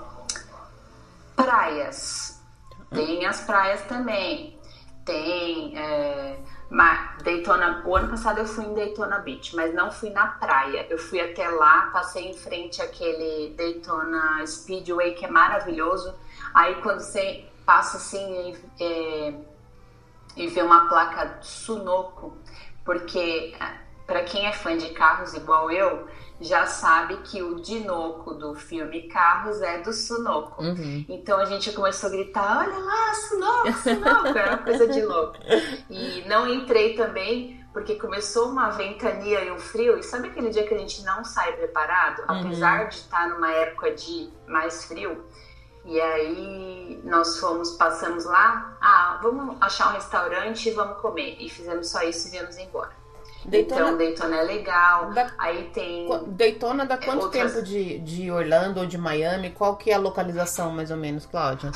praias. Tem as praias também. Tem é, Daytona. O ano passado eu fui em Daytona Beach, mas não fui na praia. Eu fui até lá, passei em frente àquele Daytona Speedway, que é maravilhoso. Aí quando você passa assim e, é, e vê uma placa Sunoco, porque para quem é fã de carros igual eu, já sabe que o Dinoco do filme Carros é do Sunoco. Uhum. Então a gente começou a gritar, olha lá, Sunoco, Sunoco, era uma coisa de louco. E não entrei também, porque começou uma ventania e um frio, e sabe aquele dia que a gente não sai preparado? Uhum. Apesar de estar numa época de mais frio, e aí nós fomos, passamos lá, ah, vamos achar um restaurante e vamos comer. E fizemos só isso e viemos embora. Daytona, então Daytona é legal, da, aí tem... Daytona dá quanto outras... tempo de, de Orlando ou de Miami? Qual que é a localização mais ou menos, Cláudia?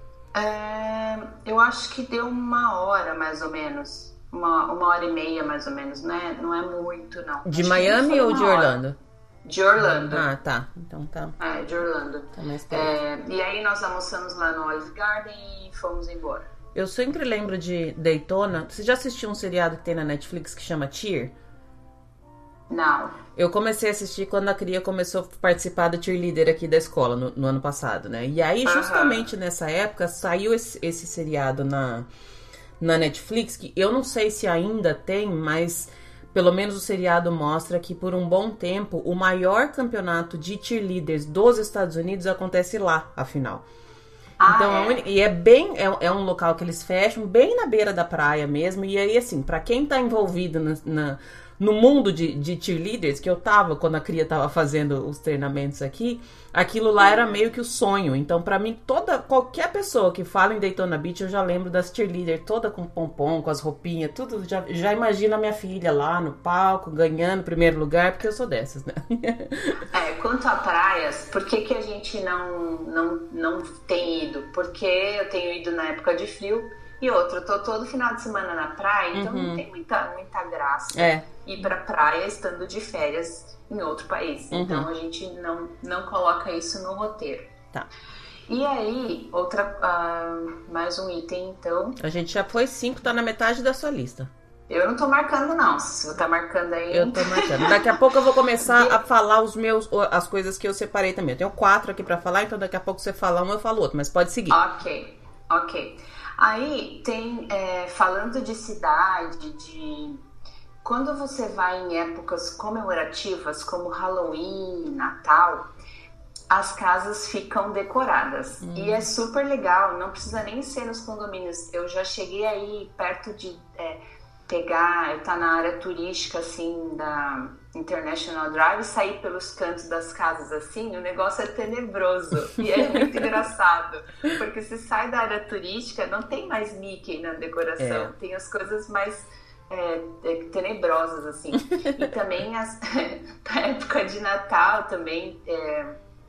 É, eu acho que deu uma hora mais ou menos, uma, uma hora e meia mais ou menos, não é, não é muito não. De acho Miami ou de Orlando? Hora. De Orlando. Ah, tá, então tá. É, de Orlando. Tá mais é, e aí nós almoçamos lá no Olive Garden e fomos embora. Eu sempre lembro de Daytona. Você já assistiu um seriado que tem na Netflix que chama Cheer? Não. Eu comecei a assistir quando a Cria começou a participar do cheerleader aqui da escola, no, no ano passado, né? E aí, justamente uh-huh. nessa época, saiu esse, esse seriado na, na Netflix, que eu não sei se ainda tem, mas pelo menos o seriado mostra que por um bom tempo, o maior campeonato de cheerleaders dos Estados Unidos acontece lá, afinal. Ah, então, é? Un... e é bem, é, é um local que eles fecham, bem na beira da praia mesmo, e aí, assim, pra quem tá envolvido na, na, no mundo de, de cheerleaders, que eu tava, quando a Cria tava fazendo os treinamentos aqui, aquilo lá era meio que o sonho. Então, pra mim, toda, qualquer pessoa que fala em Daytona Beach, eu já lembro das cheerleaders, toda com pompom, com as roupinhas, tudo, já, já imagino a minha filha lá no palco, ganhando primeiro lugar, porque eu sou dessas, né? É, quanto a praias, por que que a gente não, não, não tem ido? Porque eu tenho ido na época de frio, e outra, eu tô todo final de semana na praia, então uhum. não tem muita, muita graça é. ir pra praia estando de férias em outro país. Uhum. Então a gente não, não coloca isso no roteiro. Tá. E aí, outra, uh, mais um item, então. A gente já foi cinco, tá na metade da sua lista. Eu não tô marcando, não. Se você tá marcando aí. Eu tô marcando. Daqui a pouco eu vou começar a falar os meus, as coisas que eu separei também. Eu tenho quatro aqui pra falar, então daqui a pouco você fala um, eu falo outro, mas pode seguir. Ok, ok. Aí tem, é, falando de cidade, de quando você vai em épocas comemorativas como Halloween, Natal, as casas ficam decoradas. Hum. E é super legal, não precisa nem ser nos condomínios. Eu já cheguei aí perto de é, pegar, eu tá na área turística assim da International Drive, sair pelos cantos das casas assim, o negócio é tenebroso e é muito engraçado, porque você sai da área turística, não tem mais Mickey na decoração, é. tem as coisas mais é, tenebrosas assim. E também as, na época de Natal também é,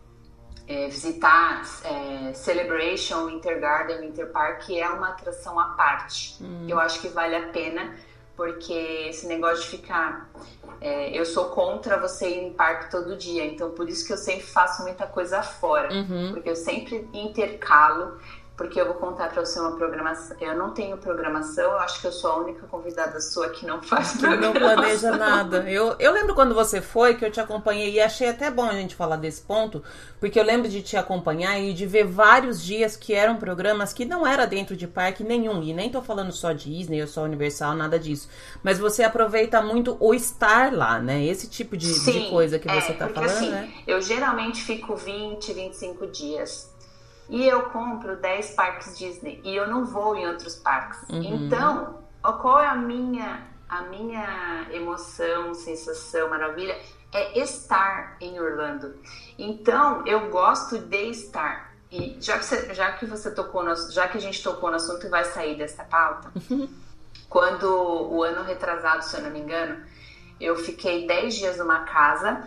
é, visitar é, Celebration, Winter Garden, Winter Park, que é uma atração à parte. Hum. Eu acho que vale a pena, porque esse negócio de ficar... É, eu sou contra você ir em parque todo dia, então por isso que eu sempre faço muita coisa fora, uhum. porque eu sempre intercalo, porque eu vou contar pra você uma programação. Eu não tenho programação, eu acho que eu sou a única convidada sua que não faz programação. Não planeja nada. Eu, eu lembro quando você foi, que eu te acompanhei, e achei até bom a gente falar desse ponto, porque eu lembro de te acompanhar e de ver vários dias que eram programas que não era dentro de parque nenhum, e nem tô falando só Disney ou só Universal, nada disso. Mas você aproveita muito o estar lá, né? Esse tipo de, Sim, de coisa que você é, tá porque, falando, assim, né? Eu geralmente fico vinte, vinte e cinco dias. E eu compro dez parques Disney e eu não vou em outros parques. Uhum. Então, qual é a minha, a minha emoção, sensação, maravilha? É estar em Orlando. Então, eu gosto de estar. E já que você, já que você tocou no, já que a gente tocou no assunto e vai sair dessa pauta, uhum. quando o ano retrasado, se eu não me engano, Eu fiquei dez dias numa casa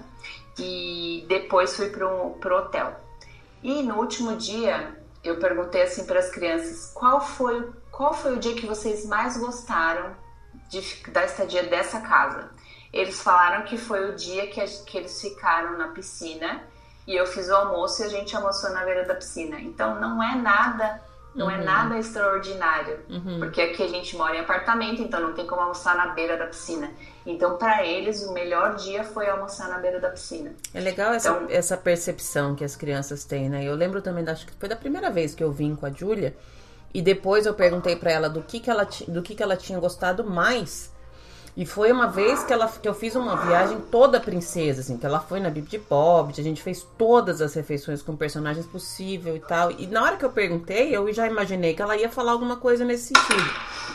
e depois fui pro, pro hotel. E no último dia, eu perguntei assim para as crianças, qual foi, qual foi o dia que vocês mais gostaram de, da estadia dessa casa? Eles falaram que foi o dia que, a, que eles ficaram na piscina e eu fiz o almoço e a gente almoçou na beira da piscina. Então não é nada, não uhum. é nada extraordinário, uhum. porque aqui a gente mora em apartamento, então não tem como almoçar na beira da piscina. Então para eles o melhor dia foi almoçar na beira da piscina. É legal essa, então, essa percepção que as crianças têm, né? Eu lembro também, acho que foi da primeira vez que eu vim com a Júlia e depois eu perguntei para ela do que que ela, do que que ela tinha gostado mais. E foi uma vez que, ela, que eu fiz uma viagem toda princesa, assim, que ela foi na Bibi de Bob, a gente fez todas as refeições com personagens possível e tal. E na hora que eu perguntei, eu já imaginei que ela ia falar alguma coisa nesse sentido.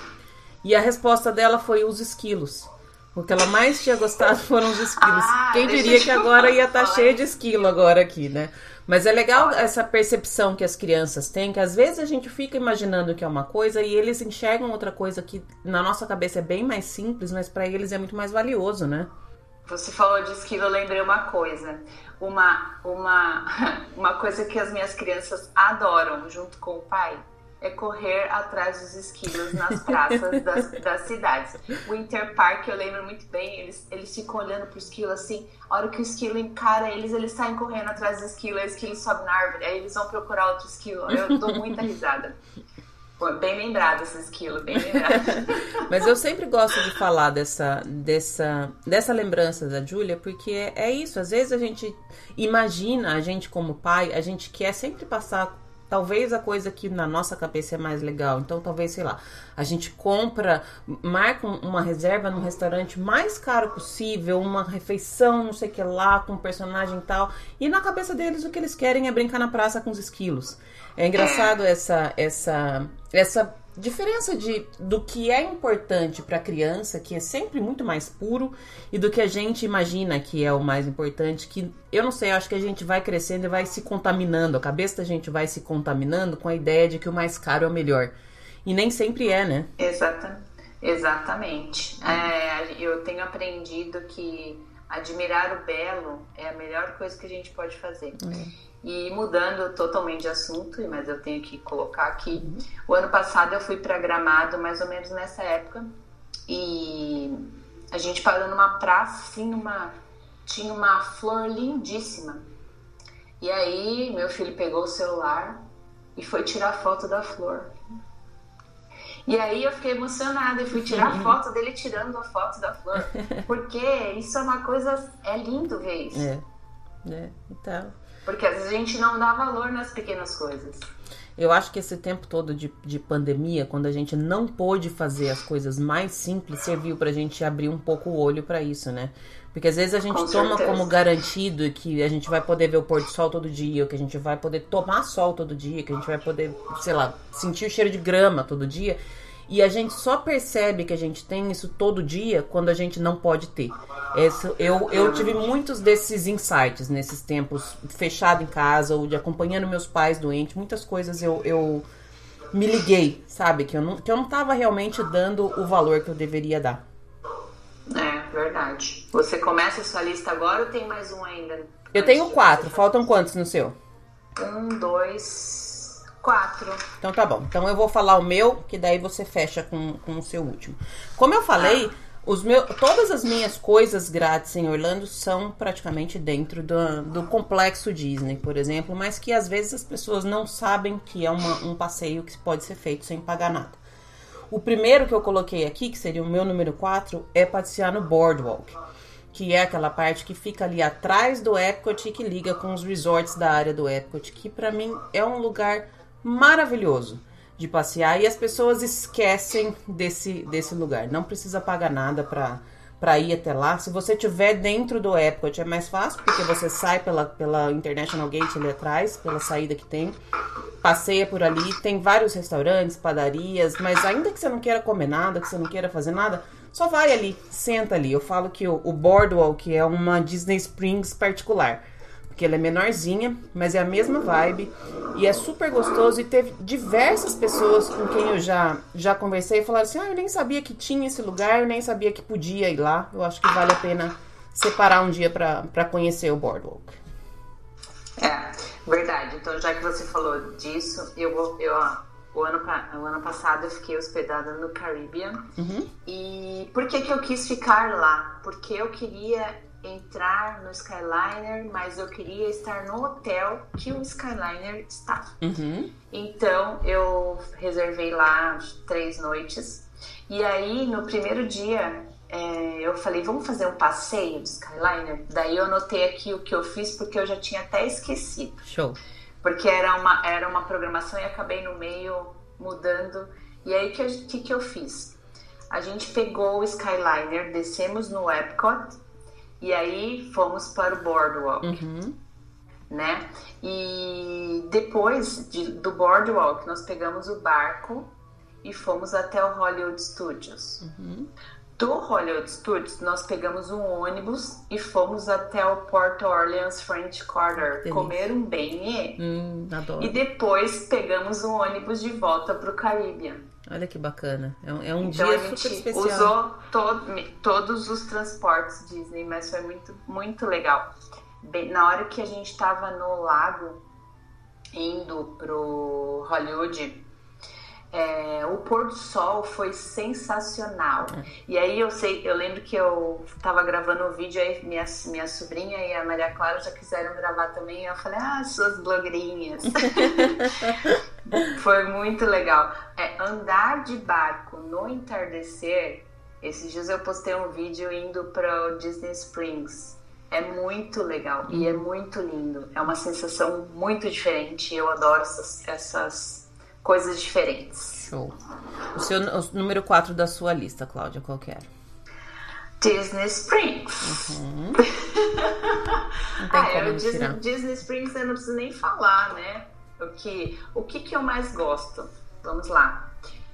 E a resposta dela foi os esquilos. O que ela mais tinha gostado foram os esquilos. Ah, quem diria que agora ia estar tá cheio de esquilo agora aqui, né? Mas é legal essa percepção que as crianças têm, que às vezes a gente fica imaginando que é uma coisa e eles enxergam outra coisa que na nossa cabeça é bem mais simples, mas para eles é muito mais valioso, né? Você falou de esquilo, eu lembrei uma coisa. Uma, uma, uma coisa que as minhas crianças adoram junto com o pai é correr atrás dos esquilos nas praças das, das cidades. O Winter Park, eu lembro muito bem, eles, eles ficam olhando pro esquilo assim, a hora que o esquilo encara eles, eles saem correndo atrás do esquilo, aí o esquilo sobe na árvore, aí eles vão procurar outro esquilo. Eu dou muita risada. Pô, bem lembrado esse esquilo, bem lembrado. Mas eu sempre gosto de falar dessa, dessa, dessa lembrança da Júlia, porque é, é isso, às vezes a gente imagina, a gente como pai, a gente quer sempre passar talvez a coisa que na nossa cabeça é mais legal. Então, talvez, sei lá, a gente compra, marca uma reserva no restaurante mais caro possível, uma refeição, não sei o que lá, com um personagem e tal. E na cabeça deles o que eles querem é brincar na praça com os esquilos. É engraçado essa, essa, essa diferença de, do que é importante para a criança, que é sempre muito mais puro, e do que a gente imagina que é o mais importante, que eu não sei, eu acho que a gente vai crescendo e vai se contaminando, a cabeça da gente vai se contaminando com a ideia de que o mais caro é o melhor. E nem sempre é, né? Exata, exatamente. É, eu tenho aprendido que admirar o belo é a melhor coisa que a gente pode fazer. É. E mudando totalmente de assunto, mas eu tenho que colocar aqui. Uhum. O ano passado eu fui para Gramado, mais ou menos nessa época. E a gente parou numa praça, assim, numa, tinha uma flor lindíssima. E aí meu filho pegou o celular e foi tirar foto da flor. E aí eu fiquei emocionada e fui tirar a foto dele tirando a foto da flor. Porque isso é uma coisa... É lindo ver isso. É, é, então... Porque às vezes a gente não dá valor nas pequenas coisas. Eu acho que esse tempo todo de, de pandemia, quando a gente não pôde fazer as coisas mais simples, serviu pra gente abrir um pouco o olho pra isso, né? Porque às vezes a gente Com toma certeza. como garantido que a gente vai poder ver o pôr do sol todo dia, ou que a gente vai poder tomar sol todo dia, que a gente vai poder, sei lá, sentir o cheiro de grama todo dia. E a gente só percebe que a gente tem isso todo dia quando a gente não pode ter. Esse, eu, eu tive muitos desses insights nesses tempos, fechado em casa, ou de acompanhando meus pais doentes. Muitas coisas eu, eu me liguei, sabe? Que eu, não, que eu não tava realmente dando o valor que eu deveria dar. É, verdade. Você começa a sua lista agora ou tem mais um ainda? Eu tenho quatro. Faltam quantos no seu? Um, dois... Quatro. Então tá bom. Então eu vou falar o meu, que daí você fecha com, com o seu último. Como eu falei, ah. os meus, todas as minhas coisas grátis em Orlando são praticamente dentro do, do complexo Disney, por exemplo, mas que às vezes as pessoas não sabem que é uma, um passeio que pode ser feito sem pagar nada. O primeiro que eu coloquei aqui, que seria o meu número quatro, é passear no Boardwalk, que é aquela parte que fica ali atrás do Epcot e que liga com os resorts da área do Epcot, que pra mim é um lugar maravilhoso de passear e as pessoas esquecem desse, desse lugar. Não precisa pagar nada pra, pra ir até lá. Se você estiver dentro do Epcot é mais fácil, porque você sai pela, pela International Gate ali atrás, pela saída que tem, passeia por ali, tem vários restaurantes, padarias, mas ainda que você não queira comer nada, que você não queira fazer nada, só vai ali, senta ali. Eu falo que o, o Boardwalk é uma Disney Springs particular. porque ela é menorzinha, mas é a mesma vibe e é super gostoso. E teve diversas pessoas com quem eu já, já conversei e falaram assim, ah, eu nem sabia que tinha esse lugar, eu nem sabia que podia ir lá. Eu acho que vale a pena separar um dia para conhecer o Boardwalk. É, verdade. Então, já que você falou disso, eu vou... Eu, o, ano, o ano passado eu fiquei hospedada no Caribbean. Uhum. E por que que eu quis ficar lá? Porque eu queria entrar no Skyliner, mas eu queria estar no hotel que o Skyliner estava. Uhum. Então, eu reservei lá três noites. E aí, no primeiro dia, é, eu falei, vamos fazer um passeio de Skyliner? Daí eu anotei aqui o que eu fiz, porque eu já tinha até esquecido. Show. Porque era uma, era uma programação e acabei no meio mudando. E aí, o que, que, que eu fiz? A gente pegou o Skyliner, descemos no Epcot, e aí fomos para o Boardwalk, uhum. né? E depois de, do Boardwalk, nós pegamos o barco e fomos até o Hollywood Studios. Uhum. Do Hollywood Studios, nós pegamos um ônibus e fomos até o Port Orleans French Quarter, Delícia. Comer um beignet. Hum, adoro. E depois pegamos um ônibus de volta para o Caribbean. Olha que bacana. É um, é um então, dia super especial. Usou todo, todos os transportes Disney, mas foi muito, muito legal. Bem, na hora que a gente estava no lago, indo pro Hollywood, é, o pôr do sol foi sensacional. É. E aí eu sei, eu lembro que eu estava gravando o vídeo, aí minha, minha sobrinha e a Maria Clara já quiseram gravar também. E eu falei, ah, suas blogueirinhas. Foi muito legal. É, andar de barco no entardecer. Esses dias eu postei um vídeo indo para o Disney Springs. É muito legal hum. e é muito lindo. É uma sensação muito diferente. Eu adoro essas, essas coisas diferentes. Show. O seu o número quatro da sua lista, Cláudia, qual que era? Disney Springs. Uhum. Não tem ah, como é, o Disney, Disney Springs eu não preciso nem falar, né? O que, o que que eu mais gosto? Vamos lá.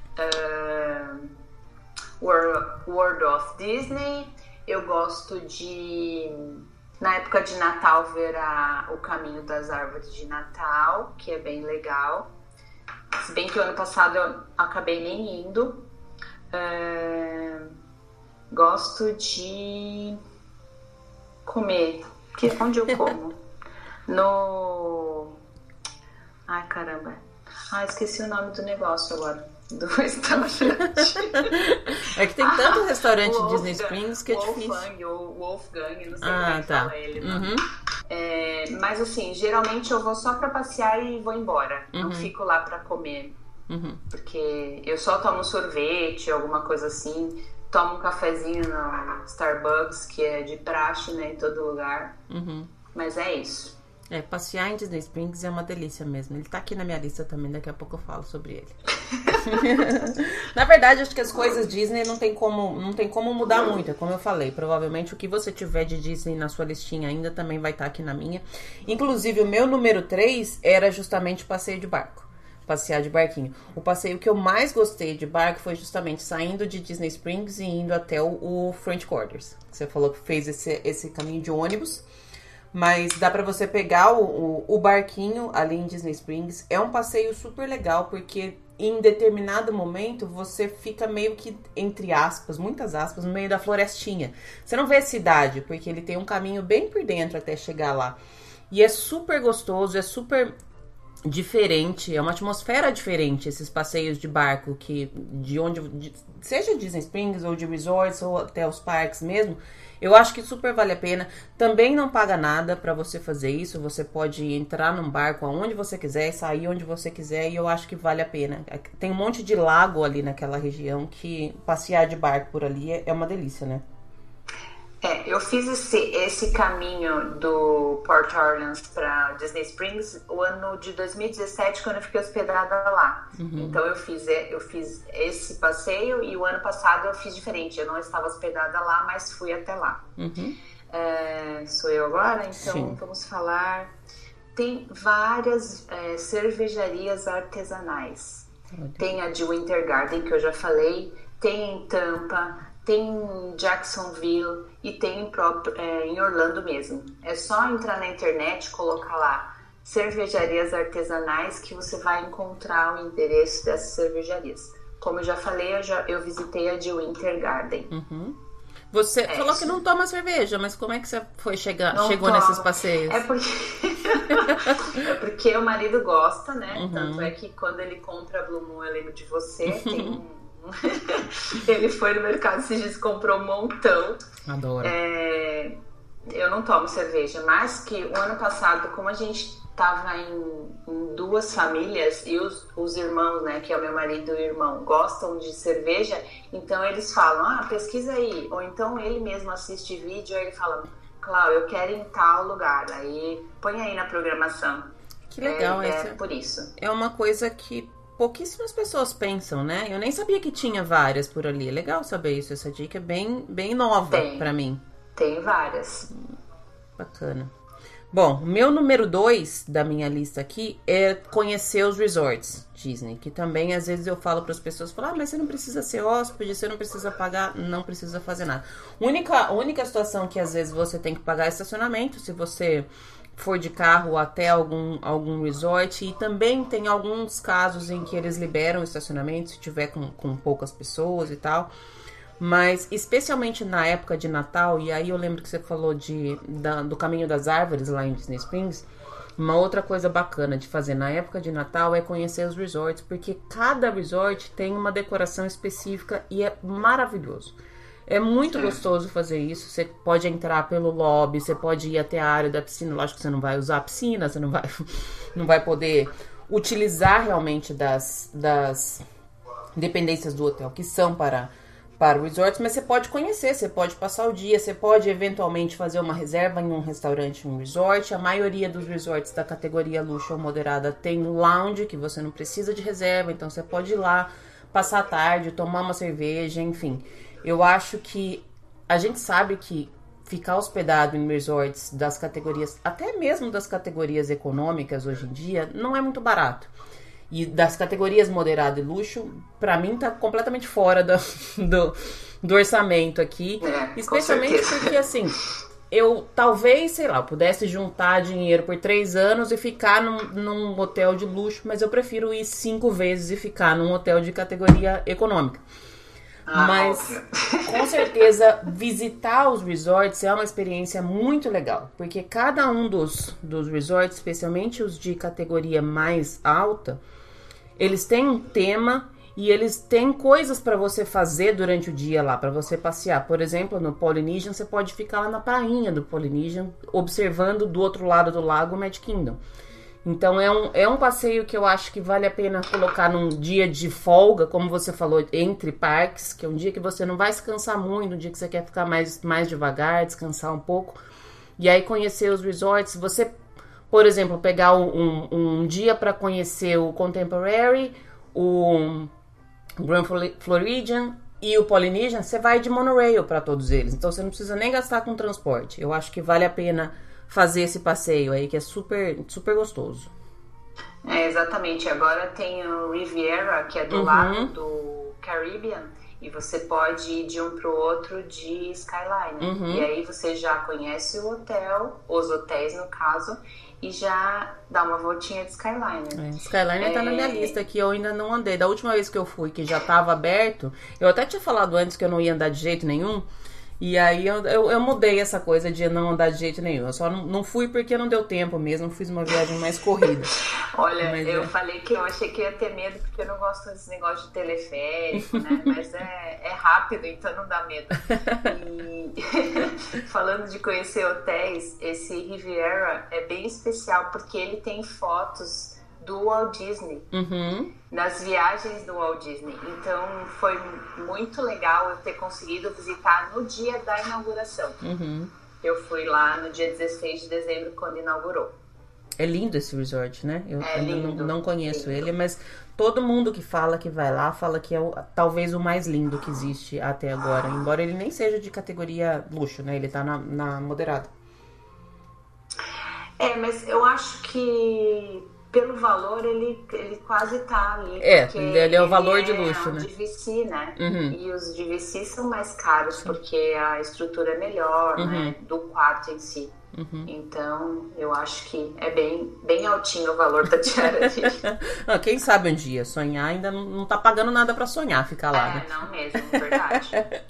Uh, World, World of Disney. Eu gosto de, na época de Natal, ver a, o caminho das árvores de Natal, que é bem legal. Se bem que o ano passado eu acabei nem indo. Uh, gosto de comer. Que, onde eu como? No... Ai, caramba. Ah, esqueci o nome do negócio agora. Do restaurante. É que tem tanto ah, restaurante Disney Springs que é Wolfgang, difícil. Ou Wolfgang, não sei ah, como é que tá. fala ele. Uhum. É, mas assim, geralmente eu vou só pra passear e vou embora. Uhum. Não fico lá pra comer. Uhum. Porque eu só tomo sorvete, alguma coisa assim. Tomo um cafezinho no Starbucks, que é de praxe, né, em todo lugar. Uhum. Mas é isso. É, passear em Disney Springs é uma delícia mesmo. Ele tá aqui na minha lista também, daqui a pouco eu falo sobre ele. Na verdade, acho que as coisas Disney não tem como, não tem como mudar muito, é como eu falei. Provavelmente o que você tiver de Disney na sua listinha ainda também vai estar aqui na minha. Inclusive, o meu número três era justamente passeio de barco. Passear de barquinho. O passeio que eu mais gostei de barco foi justamente saindo de Disney Springs e indo até o, o French Quarters. Você falou que fez esse, esse caminho de ônibus. Mas dá pra você pegar o, o, o barquinho ali em Disney Springs. É um passeio super legal, porque em determinado momento você fica meio que, entre aspas, muitas aspas, no meio da florestinha. Você não vê a cidade, porque ele tem um caminho bem por dentro até chegar lá. E é super gostoso, é super diferente, é uma atmosfera diferente esses passeios de barco, que de onde, de, seja Disney Springs ou de resorts ou até os parques mesmo. Eu acho que super vale a pena. Também não paga nada pra você fazer isso. Você pode entrar num barco aonde você quiser, sair onde você quiser, e eu acho que vale a pena. Tem um monte de lago ali naquela região que passear de barco por ali é uma delícia, né? É, eu fiz esse, esse caminho do Port Orleans para Disney Springs o ano de dois mil e dezessete, quando eu fiquei hospedada lá. Uhum. Então eu fiz, eu fiz esse passeio e o ano passado eu fiz diferente. Eu não estava hospedada lá, mas fui até lá. Uhum. É, sou eu agora, então Sim. vamos falar. Tem várias é, cervejarias artesanais. Uhum. Tem a de Winter Garden, que eu já falei. Tem em Tampa. tem em Jacksonville e tem em, próprio, é, em Orlando mesmo. É só entrar na internet, colocar lá cervejarias artesanais que você vai encontrar o endereço dessas cervejarias. Como eu já falei, eu, já, eu visitei a de Winter Garden. Uhum. Você é, falou que não toma cerveja, mas como é que você foi chegar, chegou tomo. nesses passeios? É porque... é porque o marido gosta, né? Uhum. Tanto é que quando ele compra a Blue Moon, eu lembro de você, tem um... ele foi no mercado esses dias, comprou um montão. Adoro. É... Eu não tomo cerveja, mas que o ano passado, como a gente tava em, em duas famílias e os, os irmãos, né, que é o meu marido e o irmão, gostam de cerveja, então eles falam, ah, pesquisa aí, ou então ele mesmo assiste vídeo, aí ele fala, Cláudio, eu quero ir em tal lugar, aí põe aí na programação. Que legal, é, esse é por isso. É uma coisa que pouquíssimas pessoas pensam, né? Eu nem sabia que tinha várias por ali. É legal saber isso, essa dica é bem, bem nova pra mim. Tem várias. Hum, bacana. Bom, o meu número dois da minha lista aqui é conhecer os resorts Disney, que também às vezes eu falo para as pessoas, falar, ah, mas você não precisa ser hóspede, você não precisa pagar, não precisa fazer nada. A única, única situação que às vezes você tem que pagar é estacionamento, se você for de carro até algum, algum resort, e também tem alguns casos em que eles liberam estacionamento, se tiver com, com poucas pessoas e tal. Mas, especialmente na época de Natal, e aí eu lembro que você falou de, da, do Caminho das Árvores lá em Disney Springs, uma outra coisa bacana de fazer na época de Natal é conhecer os resorts, porque cada resort tem uma decoração específica e é maravilhoso. É muito gostoso fazer isso, você pode entrar pelo lobby, você pode ir até a área da piscina, lógico que você não vai usar a piscina, você não vai, não vai poder utilizar realmente das, das dependências do hotel, que são para... para o resort, mas você pode conhecer, você pode passar o dia, você pode eventualmente fazer uma reserva em um restaurante, um resort. A maioria dos resorts da categoria luxo ou moderada tem lounge, que você não precisa de reserva, então você pode ir lá, passar a tarde, tomar uma cerveja, enfim. Eu acho que a gente sabe que ficar hospedado em resorts das categorias, até mesmo das categorias econômicas hoje em dia, não é muito barato. E das categorias moderado e luxo, pra mim tá completamente fora do, do, do orçamento aqui. É, especialmente porque, assim, eu talvez, sei lá, pudesse juntar dinheiro por três anos e ficar num, num hotel de luxo, mas eu prefiro ir cinco vezes e ficar num hotel de categoria econômica. Ah, mas, óbvio. Com certeza, visitar os resorts é uma experiência muito legal, porque cada um dos, dos resorts, especialmente os de categoria mais alta, eles têm um tema e eles têm coisas para você fazer durante o dia lá, para você passear. Por exemplo, no Polynesian, você pode ficar lá na prainha do Polynesian, observando do outro lado do lago o Magic Kingdom. Então é um, é um passeio que eu acho que vale a pena colocar num dia de folga, como você falou, entre parques, que é um dia que você não vai se cansar muito, um dia que você quer ficar mais, mais devagar, descansar um pouco. E aí conhecer os resorts, você, por exemplo, pegar um, um dia para conhecer o Contemporary, o Grand Floridian e o Polynesian, você vai de monorail para todos eles. Então você não precisa nem gastar com transporte. Eu acho que vale a pena fazer esse passeio aí, que é super, super gostoso. É, exatamente. Agora tem o Riviera, que é do uhum. lado do Caribbean, e você pode ir de um pro outro de Skyliner. Uhum. E aí você já conhece o hotel, os hotéis no caso, e já dá uma voltinha de Skyliner. É, Skyliner é... tá na minha lista aqui, eu ainda não andei. Da última vez que eu fui, que já tava aberto, eu até tinha falado antes que eu não ia andar de jeito nenhum, e aí eu, eu, eu mudei essa coisa de não andar de jeito nenhum. Eu só não, não fui porque não deu tempo mesmo. Fiz uma viagem mais corrida. Olha, Mas eu é. falei que eu achei que ia ter medo porque eu não gosto desse negócio de teleférico, né? Mas é, é rápido, então não dá medo. E falando de conhecer hotéis, esse Riviera é bem especial porque ele tem fotos do Walt Disney, uhum. nas viagens do Walt Disney. Então foi muito legal eu ter conseguido visitar no dia da inauguração. Uhum. Eu fui lá no dia dezesseis de dezembro, quando inaugurou. É lindo esse resort, né? Eu é ainda lindo, não, não conheço lindo. ele, mas todo mundo que fala que vai lá, fala que é o, talvez o mais lindo que existe até agora. Embora ele nem seja de categoria luxo, né? Ele tá na, na moderada. É, mas eu acho que pelo valor, ele, ele quase tá ali. É, ele é o valor de luxo, é um né? D V C, né? Uhum. E os D V C são mais caros, porque a estrutura é melhor, uhum. né? Do quarto em si. Uhum. Então, eu acho que é bem, bem altinho o valor da diária dele. Não, quem sabe um dia sonhar ainda não, não tá pagando nada pra sonhar, ficar lá, é, né? Não mesmo, verdade.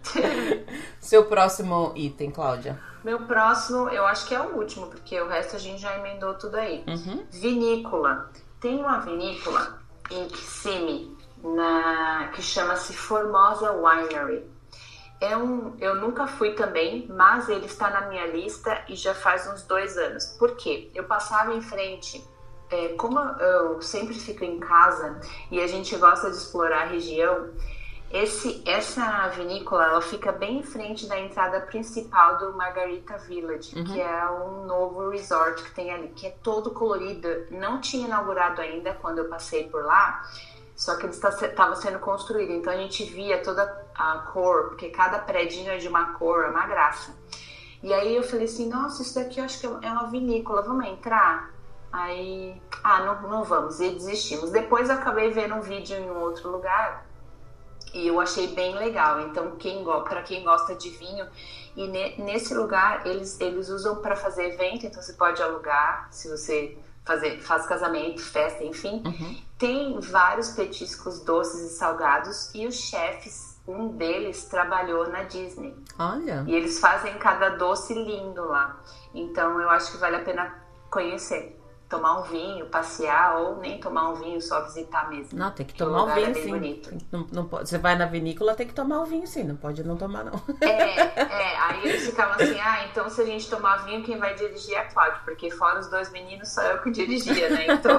Seu próximo item, Cláudia? Meu próximo, eu acho que é o último, porque o resto a gente já emendou tudo aí. Uhum. Vinícola. Tem uma vinícola em Kissimmee, na, que chama-se Formosa Winery. É um, eu nunca fui também, mas ele está na minha lista e já faz uns dois anos. Por quê? Eu passava em frente, é, como eu sempre fico em casa e a gente gosta de explorar a região, esse, essa vinícola ela fica bem em frente da entrada principal do Margarita Village, uhum. que é um novo resort que tem ali, que é todo colorido. Não tinha inaugurado ainda quando eu passei por lá, só que ele estava sendo construído, então a gente via toda a cor, porque cada predinho é de uma cor, é uma graça. E aí eu falei assim, nossa, isso daqui eu acho que é uma vinícola, vamos entrar? Aí, ah, não, não vamos, e desistimos. Depois eu acabei vendo um vídeo em um outro lugar e eu achei bem legal. Então, quem, para quem gosta de vinho, e ne, nesse lugar eles, eles usam para fazer evento, então você pode alugar, se você fazer, faz casamento, festa, enfim. Uhum. Tem vários petiscos doces e salgados e os chefes, um deles trabalhou na Disney. Olha! E eles fazem cada doce lindo lá. Então eu acho que vale a pena conhecer. Tomar um vinho, passear, ou nem tomar um vinho, só visitar mesmo. Não, tem que tomar um vinho, é sim. Não, não pode, você vai na vinícola, tem que tomar o vinho, sim. Não pode não tomar, não. É, é. Aí eles ficavam assim, ah, então se a gente tomar vinho, quem vai dirigir é a Cláudia. Porque fora os dois meninos, só eu que dirigia, né? Então,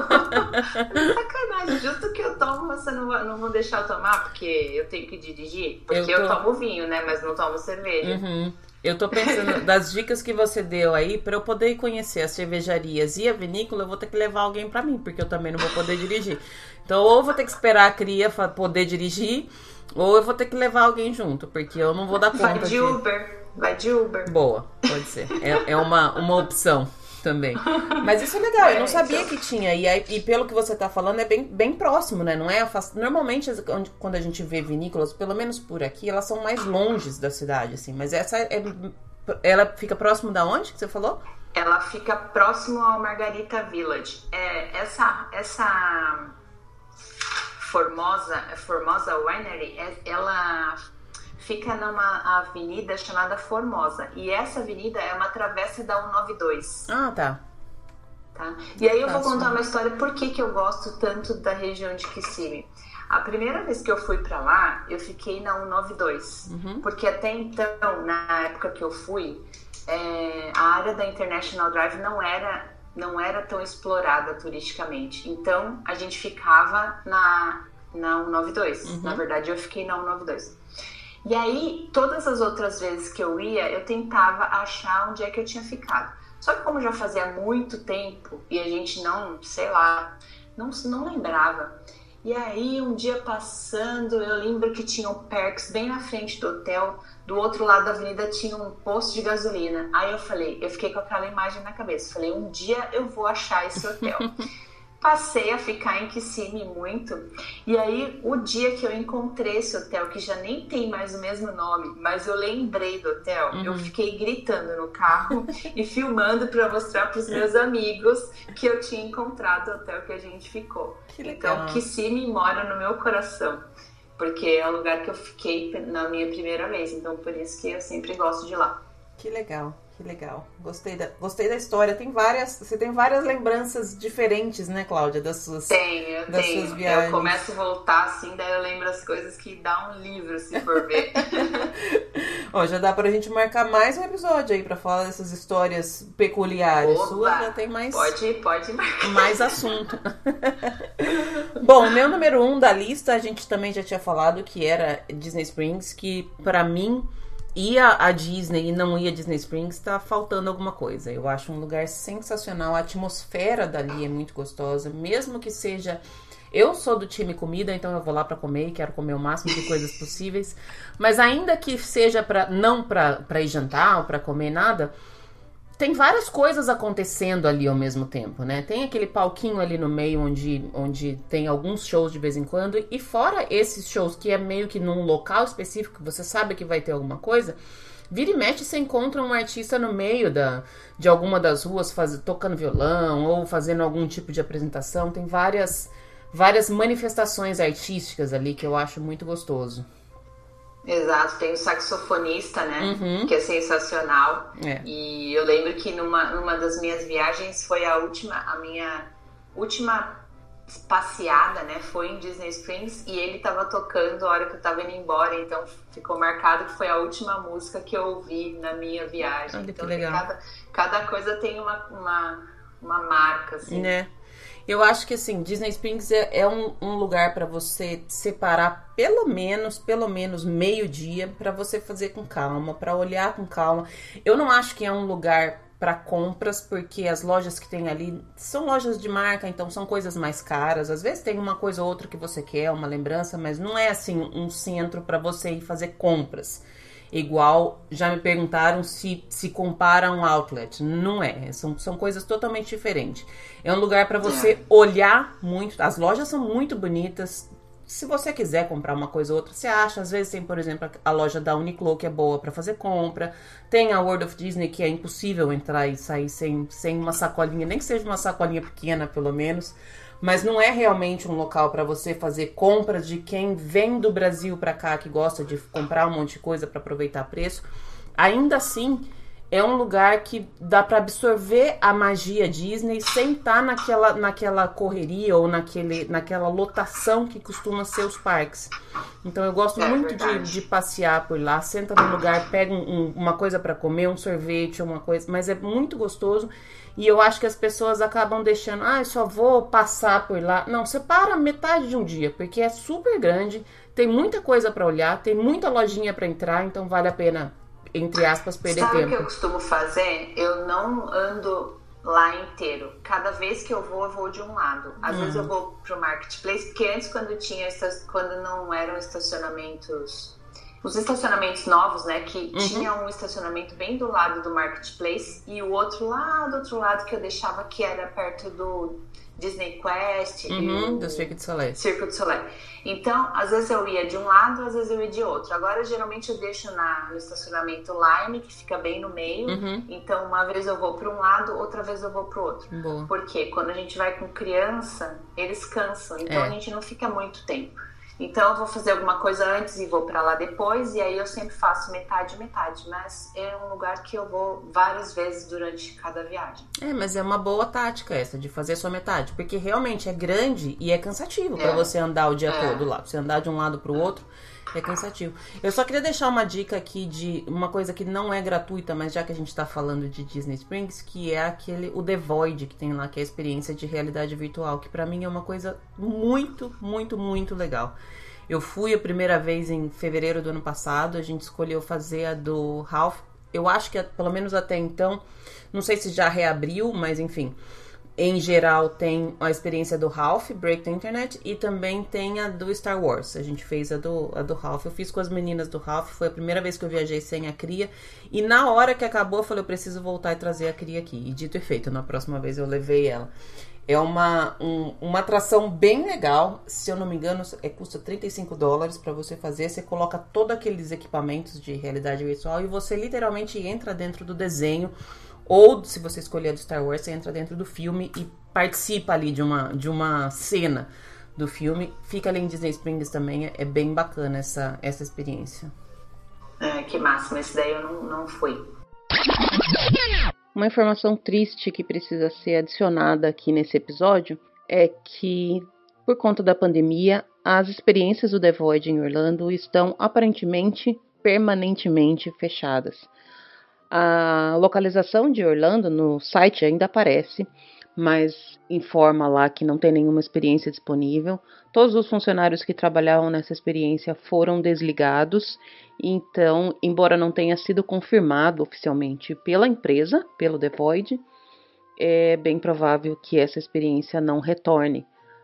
sacanagem. Justo que eu tomo, você não, não vão deixar eu tomar, porque eu tenho que dirigir. Porque eu, tô... eu tomo vinho, né? Mas não tomo cerveja. Uhum. Eu tô pensando, das dicas que você deu aí, pra eu poder ir conhecer as cervejarias e a vinícola, eu vou ter que levar alguém pra mim, porque eu também não vou poder dirigir. Então, ou vou ter que esperar a cria poder dirigir, ou eu vou ter que levar alguém junto, porque eu não vou dar conta. Vai de Uber, vai de Uber. Boa, pode ser. É, é uma, uma opção também. Mas isso é legal, eu não sabia que tinha. E, aí, e pelo que você tá falando, é bem, bem próximo, né? Não é? Normalmente, quando a gente vê vinícolas, pelo menos por aqui, elas são mais longes da cidade, assim. Mas essa, é, ela fica próximo da onde que você falou? Ela fica próximo ao Margarita Village. É, essa, essa Formosa, Formosa Winery, é, ela... fica numa avenida chamada Formosa. E essa avenida é uma travessa da cento e noventa e dois. Ah, tá. tá? E aí eu vou contar uma história por que que eu gosto tanto da região de Kissimmee. A primeira vez que eu fui pra lá, eu fiquei na cento e noventa e dois. Uhum. Porque até então, na época que eu fui, é, a área da International Drive não era, não era tão explorada turisticamente. Então, a gente ficava na, na cento e noventa e dois. Uhum. Na verdade, eu fiquei na cento e noventa e dois. E aí, todas as outras vezes que eu ia, eu tentava achar onde é que eu tinha ficado. Só que como já fazia muito tempo e a gente não, sei lá, não, não lembrava. E aí, um dia passando, eu lembro que tinha um Perks bem na frente do hotel. Do outro lado da avenida tinha um posto de gasolina. Aí eu falei, eu fiquei com aquela imagem na cabeça. Falei, um dia eu vou achar esse hotel. Passei a ficar em Kissimmee muito. E aí, o dia que eu encontrei esse hotel, que já nem tem mais o mesmo nome, mas eu lembrei do hotel, uhum. eu fiquei gritando no carro e filmando para mostrar para os meus amigos que eu tinha encontrado o hotel que a gente ficou. Que legal. Então, Kissimmee mora no meu coração, porque é o lugar que eu fiquei na minha primeira vez. Então, por isso que eu sempre gosto de lá. Que legal. Que legal. Gostei da, gostei da história. Tem várias, você tem várias lembranças diferentes, né, Cláudia, das suas, tenho, das tenho. suas viagens. Eu começo a voltar assim, daí eu lembro as coisas que dá um livro, se for ver. Ó, já dá pra gente marcar mais um episódio aí pra falar dessas histórias peculiares. Opa, sua já tem mais... Pode, pode marcar. Mais assunto. Bom, meu número um da lista, a gente também já tinha falado que era Disney Springs, que pra mim... ia a Disney e não ia a Disney Springs, tá faltando alguma coisa. Eu acho um lugar sensacional, a atmosfera dali é muito gostosa, mesmo que seja... Eu sou do time comida, então eu vou lá pra comer e quero comer o máximo de coisas possíveis, mas ainda que seja pra, não pra, pra ir jantar ou pra comer nada, tem várias coisas acontecendo ali ao mesmo tempo, né? Tem aquele palquinho ali no meio onde, onde tem alguns shows de vez em quando. E fora esses shows que é meio que num local específico, você sabe que vai ter alguma coisa, vira e mexe você encontra um artista no meio da, de alguma das ruas faz, tocando violão ou fazendo algum tipo de apresentação. Tem várias, várias manifestações artísticas ali que eu acho muito gostoso. Exato, tem o saxofonista, né, uhum. que é sensacional, é. E eu lembro que numa, numa das minhas viagens foi a última, a minha última passeada, né, foi em Disney Springs e ele tava tocando a hora que eu tava indo embora, então ficou marcado que foi a última música que eu ouvi na minha viagem. Olha, então que legal. Cada, cada coisa tem uma, uma, uma marca, assim. Né? Eu acho que, assim, Disney Springs é, é um, um lugar para você separar pelo menos, pelo menos meio dia para você fazer com calma, para olhar com calma. Eu não acho que é um lugar para compras, porque as lojas que tem ali são lojas de marca, então são coisas mais caras. Às vezes tem uma coisa ou outra que você quer, uma lembrança, mas não é, assim, um centro para você ir fazer compras. Igual, já me perguntaram se se compara a um outlet. Não é, são, são coisas totalmente diferentes. É um lugar para você é. olhar muito. As lojas são muito bonitas. Se você quiser comprar uma coisa ou outra, você acha. Às vezes tem, por exemplo, a loja da Uniqlo, que é boa para fazer compra. Tem a World of Disney, que é impossível entrar e sair sem, sem uma sacolinha, nem que seja uma sacolinha pequena, pelo menos. Mas não é realmente um local para você fazer compras de quem vem do Brasil para cá, que gosta de comprar um monte de coisa para aproveitar preço. Ainda assim, é um lugar que dá para absorver a magia Disney sem estar naquela, naquela correria ou naquele, naquela lotação que costuma ser os parques. Então eu gosto é muito de, de passear por lá, senta no lugar, pega um, um, uma coisa para comer, um sorvete, uma coisa, mas é muito gostoso. E eu acho que as pessoas acabam deixando, ah, eu só vou passar por lá. Não, você para metade de um dia, porque é super grande, tem muita coisa para olhar, tem muita lojinha para entrar, então vale a pena, entre aspas, perder Sabe tempo. Sabe o que eu costumo fazer? Eu não ando lá inteiro. Cada vez que eu vou, eu vou de um lado. Às hum. vezes eu vou pro Marketplace, porque antes quando tinha, quando não eram estacionamentos... Os estacionamentos novos, né, que uhum. tinha um estacionamento bem do lado do Marketplace e o outro lá do outro lado que eu deixava que era perto do Disney Quest uhum, e o do Cirque du Soleil. Cirque du Soleil. Então, às vezes eu ia de um lado, às vezes eu ia de outro. Agora, geralmente eu deixo na, no estacionamento Lime, que fica bem no meio. Uhum. Então, uma vez eu vou para um lado, outra vez eu vou para o outro. Boa. Porque quando a gente vai com criança, eles cansam. Então, é. a gente não fica muito tempo. Então eu vou fazer alguma coisa antes e vou pra lá depois, e aí eu sempre faço metade, metade, mas é um lugar que eu vou várias vezes durante cada viagem. É, mas é uma boa tática essa, de fazer só metade, porque realmente é grande e é cansativo é. pra você andar o dia é. todo lá, pra você andar de um lado pro outro, é cansativo. Eu só queria deixar uma dica aqui de uma coisa que não é gratuita, mas já que a gente tá falando de Disney Springs, que é aquele, o The Void que tem lá, que é a experiência de realidade virtual, que pra mim é uma coisa muito, muito, muito legal. Eu fui a primeira vez em fevereiro do ano passado, a gente escolheu fazer a do Ralph, eu acho que pelo menos até então, não sei se já reabriu, mas enfim... Em geral, tem a experiência do Ralph, Break the Internet, e também tem a do Star Wars. A gente fez a do, a do Ralph. Eu fiz com as meninas do Ralph, foi a primeira vez que eu viajei sem a cria. E na hora que acabou, eu falei, eu preciso voltar e trazer a cria aqui. E dito e feito, na próxima vez eu levei ela. É uma, um, uma atração bem legal. Se eu não me engano, é, custa trinta e cinco dólares para você fazer. Você coloca todos aqueles equipamentos de realidade virtual e você literalmente entra dentro do desenho. Ou, se você escolher a do Star Wars, você entra dentro do filme e participa ali de uma, de uma cena do filme. Fica ali em Disney Springs também, é bem bacana essa, essa experiência. É, que máximo, esse daí eu não, não fui. Uma informação triste que precisa ser adicionada aqui nesse episódio é que, por conta da pandemia, as experiências do The Void em Orlando estão aparentemente permanentemente fechadas. A localização de Orlando no site ainda aparece, mas informa lá que não tem nenhuma experiência disponível. Todos os funcionários que trabalhavam nessa experiência foram desligados, então, embora não tenha sido confirmado oficialmente pela empresa, pelo The Void, é bem provável que essa experiência não retorne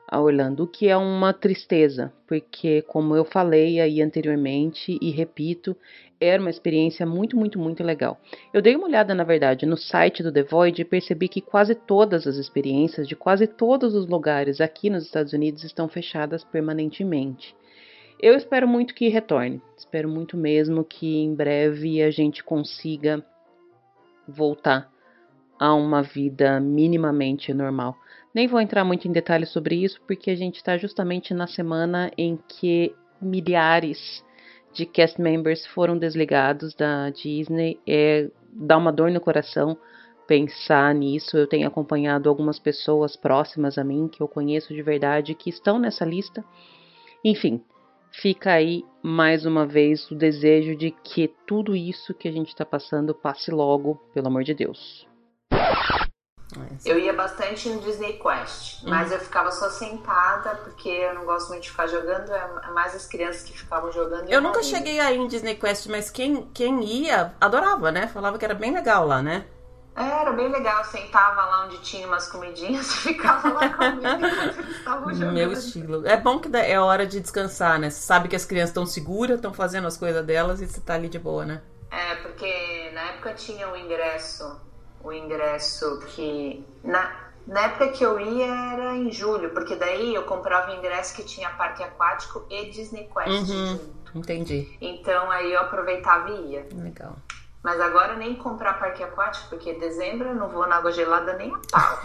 a Orlando, o que é uma tristeza, porque como eu falei aí anteriormente e repito, era uma experiência muito, muito, muito legal. Eu dei uma olhada, na verdade, no site do The Void e percebi que quase todas as experiências de quase todos os lugares aqui nos Estados Unidos estão fechadas permanentemente. Eu espero muito que retorne, espero muito mesmo que em breve a gente consiga voltar a uma vida minimamente normal. Nem vou entrar muito em detalhes sobre isso, porque a gente está justamente na semana em que milhares de cast members foram desligados da Disney. É, dá uma dor no coração pensar nisso. Eu tenho acompanhado algumas pessoas próximas a mim, que eu conheço de verdade, que estão nessa lista. Enfim, fica aí mais uma vez o desejo de que tudo isso que a gente está passando passe logo, pelo amor de Deus. Eu ia bastante no Disney Quest, mas uhum. eu ficava só sentada, porque eu não gosto muito de ficar jogando, é mais as crianças que ficavam jogando. Eu nunca cheguei aí em Disney Quest, mas quem, quem ia adorava, né? Falava que era bem legal lá, né? É, era bem legal, sentava lá onde tinha umas comidinhas e ficava lá comendo enquanto eles estavam jogando. Meu estilo. É bom que é hora de descansar, né? Você sabe que as crianças estão seguras, estão fazendo as coisas delas e você tá ali de boa, né? É, porque na época tinha o ingresso... O ingresso que... Na, na época que eu ia era em julho, porque daí eu comprava o ingresso que tinha parque aquático e Disney Quest uhum, junto. Entendi. Então aí eu aproveitava e ia. Legal. Mas agora nem comprar parque aquático, porque em dezembro eu não vou na água gelada nem a pau.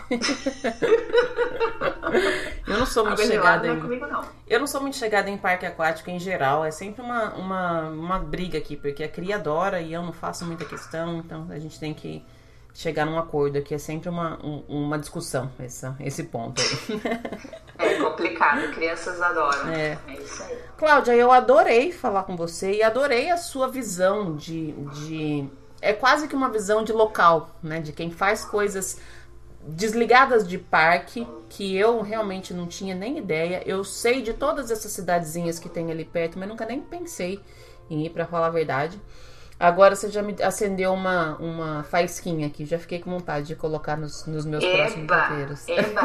Eu não sou muito água chegada em... em... Não é comigo, não. Eu não sou muito chegada em parque aquático em geral. É sempre uma, uma, uma briga aqui, porque a cria adora e eu não faço muita questão, então a gente tem que chegar num acordo aqui, é sempre uma, um, uma discussão essa, esse ponto aí. É complicado, crianças adoram. É. É isso aí. Cláudia, eu adorei falar com você e adorei a sua visão de, de... É quase que uma visão de local, né? De quem faz coisas desligadas de parque, que eu realmente não tinha nem ideia. Eu sei de todas essas cidadezinhas que tem ali perto, mas nunca nem pensei em ir, pra falar a verdade. Agora você já me acendeu uma, uma faísquinha aqui. Já fiquei com vontade de colocar nos, nos meus eba, próximos roteiros. Eba.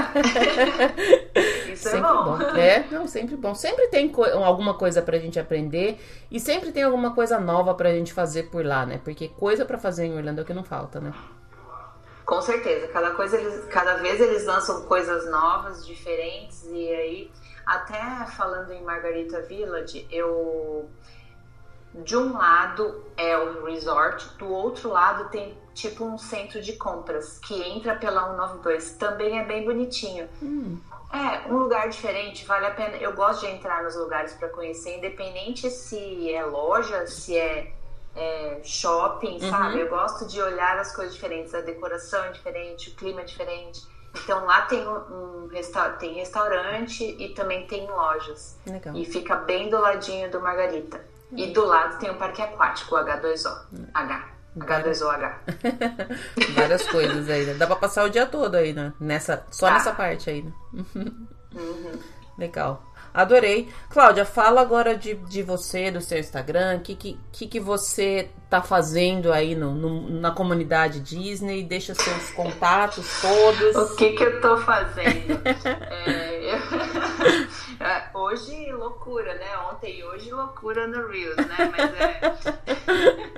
Isso sempre é bom. bom. É, não, sempre bom. Sempre tem co- alguma coisa pra gente aprender. E sempre tem alguma coisa nova pra gente fazer por lá, né? Porque coisa pra fazer em Orlando é o que não falta, né? Com certeza. Cada, coisa eles, cada vez eles lançam coisas novas, diferentes. E aí, até falando em Margarita Village, eu... De um lado é o resort, do outro lado tem tipo um centro de compras que entra pela cento e noventa e dois. Também é bem bonitinho. Hum. É, um lugar diferente, vale a pena. Eu gosto de entrar nos lugares para conhecer, independente se é loja, se é, é shopping, uhum. sabe? Eu gosto de olhar as coisas diferentes, a decoração é diferente, o clima é diferente. Então lá tem um, um resta- tem restaurante e também tem lojas. Legal. E fica bem do ladinho do Margarita. E do lado tem um parque aquático, o agá dois ó. H. agá dois ó H. Várias coisas aí, né? Dá pra passar o dia todo aí, né? Nessa, só tá. nessa parte aí, né? Uhum. Legal. Adorei. Cláudia, fala agora de, de você, do seu Instagram. O que, que, que você tá fazendo aí no, no, na comunidade Disney? Deixa seus contatos todos. O que que eu tô fazendo? é, eu... Hoje, loucura, né? Ontem e hoje, loucura no Reels, né? Mas é...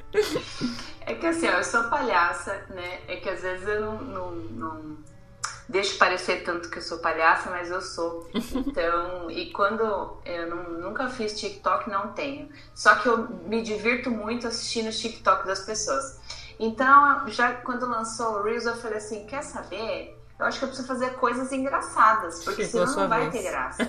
É que assim, ó, eu sou palhaça, né? É que às vezes eu não... não, não... deixo parecer tanto que eu sou palhaça, mas eu sou. Então, e quando eu não, nunca fiz TikTok, não tenho. Só que eu me divirto muito assistindo os TikTok das pessoas. Então, já quando lançou o Reels, eu falei assim, quer saber? Eu acho que eu preciso fazer coisas engraçadas, porque Chegou senão não vai vez. ter graça.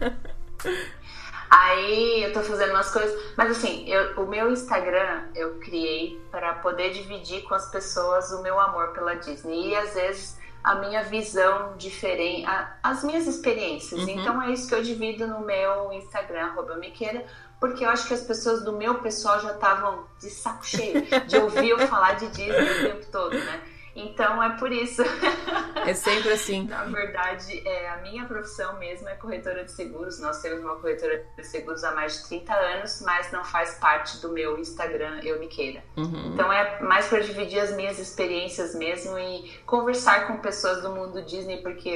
Aí eu tô fazendo umas coisas, mas assim, eu, o meu Instagram eu criei para poder dividir com as pessoas o meu amor pela Disney. E às vezes a minha visão diferente, a, as minhas experiências. Uhum. Então é isso que eu divido no meu Instagram, arroba miqueira, porque eu acho que as pessoas do meu pessoal já estavam de saco cheio de ouvir eu falar de Disney o tempo todo, né? Então é por isso. É sempre assim. Na verdade, é, a minha profissão mesmo é corretora de seguros. Nós temos uma corretora de seguros há mais de trinta anos, mas não faz parte do meu Instagram, Eu Me Queira. Uhum. Então é mais para dividir as minhas experiências mesmo e conversar com pessoas do mundo Disney, porque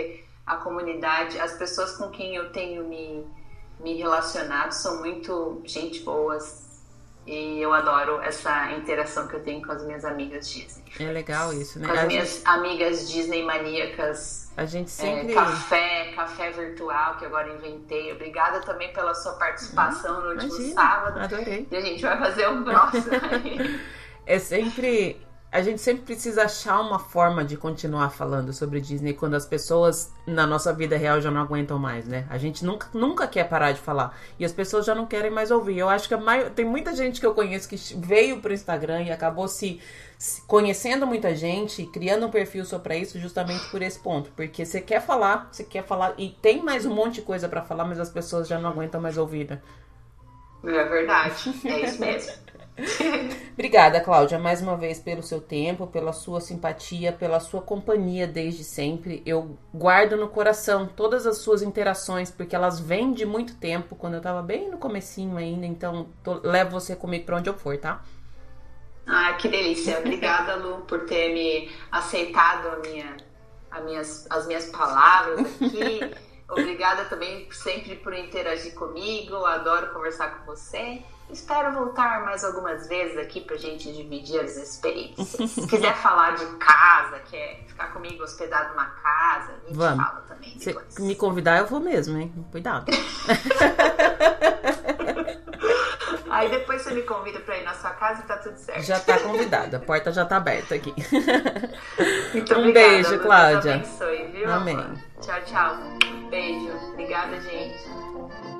a comunidade, as pessoas com quem eu tenho me, me relacionado são muito gente boas. E eu adoro essa interação que eu tenho com as minhas amigas Disney. É legal isso, né? Com as a minhas gente... amigas Disney maníacas. A gente sempre... É, café, café virtual, que agora inventei. Obrigada também pela sua participação hum, no último imagina, sábado. Adorei. E a gente vai fazer um próximo aí. É sempre... A gente sempre precisa achar uma forma de continuar falando sobre Disney quando as pessoas na nossa vida real já não aguentam mais, né? A gente nunca, nunca quer parar de falar. E as pessoas já não querem mais ouvir. Eu acho que a maior, tem muita gente que eu conheço que veio pro Instagram e acabou se, se conhecendo muita gente, criando um perfil só pra isso, justamente por esse ponto. Porque você quer falar, você quer falar, e tem mais um monte de coisa pra falar, mas as pessoas já não aguentam mais ouvir, né? É verdade, é isso mesmo. Obrigada, Cláudia, mais uma vez pelo seu tempo, pela sua simpatia, pela sua companhia desde sempre. Eu guardo no coração todas as suas interações, porque elas vêm de muito tempo, quando eu tava bem no comecinho ainda, então tô, levo você comigo pra onde eu for, tá? Ah, que delícia. Obrigada, Lu, por ter me aceitado a minha, a minhas, as minhas palavras aqui. Obrigada também sempre por interagir comigo. Adoro conversar com você. Espero voltar mais algumas vezes aqui pra gente dividir as experiências. Se quiser falar de casa, quer ficar comigo hospedado numa casa, a gente Vamos. fala também depois. Se me convidar, eu vou mesmo, hein? Cuidado. Aí depois você me convida pra ir na sua casa e tá tudo certo. Já tá convidada, a porta já tá aberta aqui. Muito um obrigada, beijo, Deus Cláudia. abençoe, viu? Amém. Tchau, tchau. Beijo. Obrigada, gente.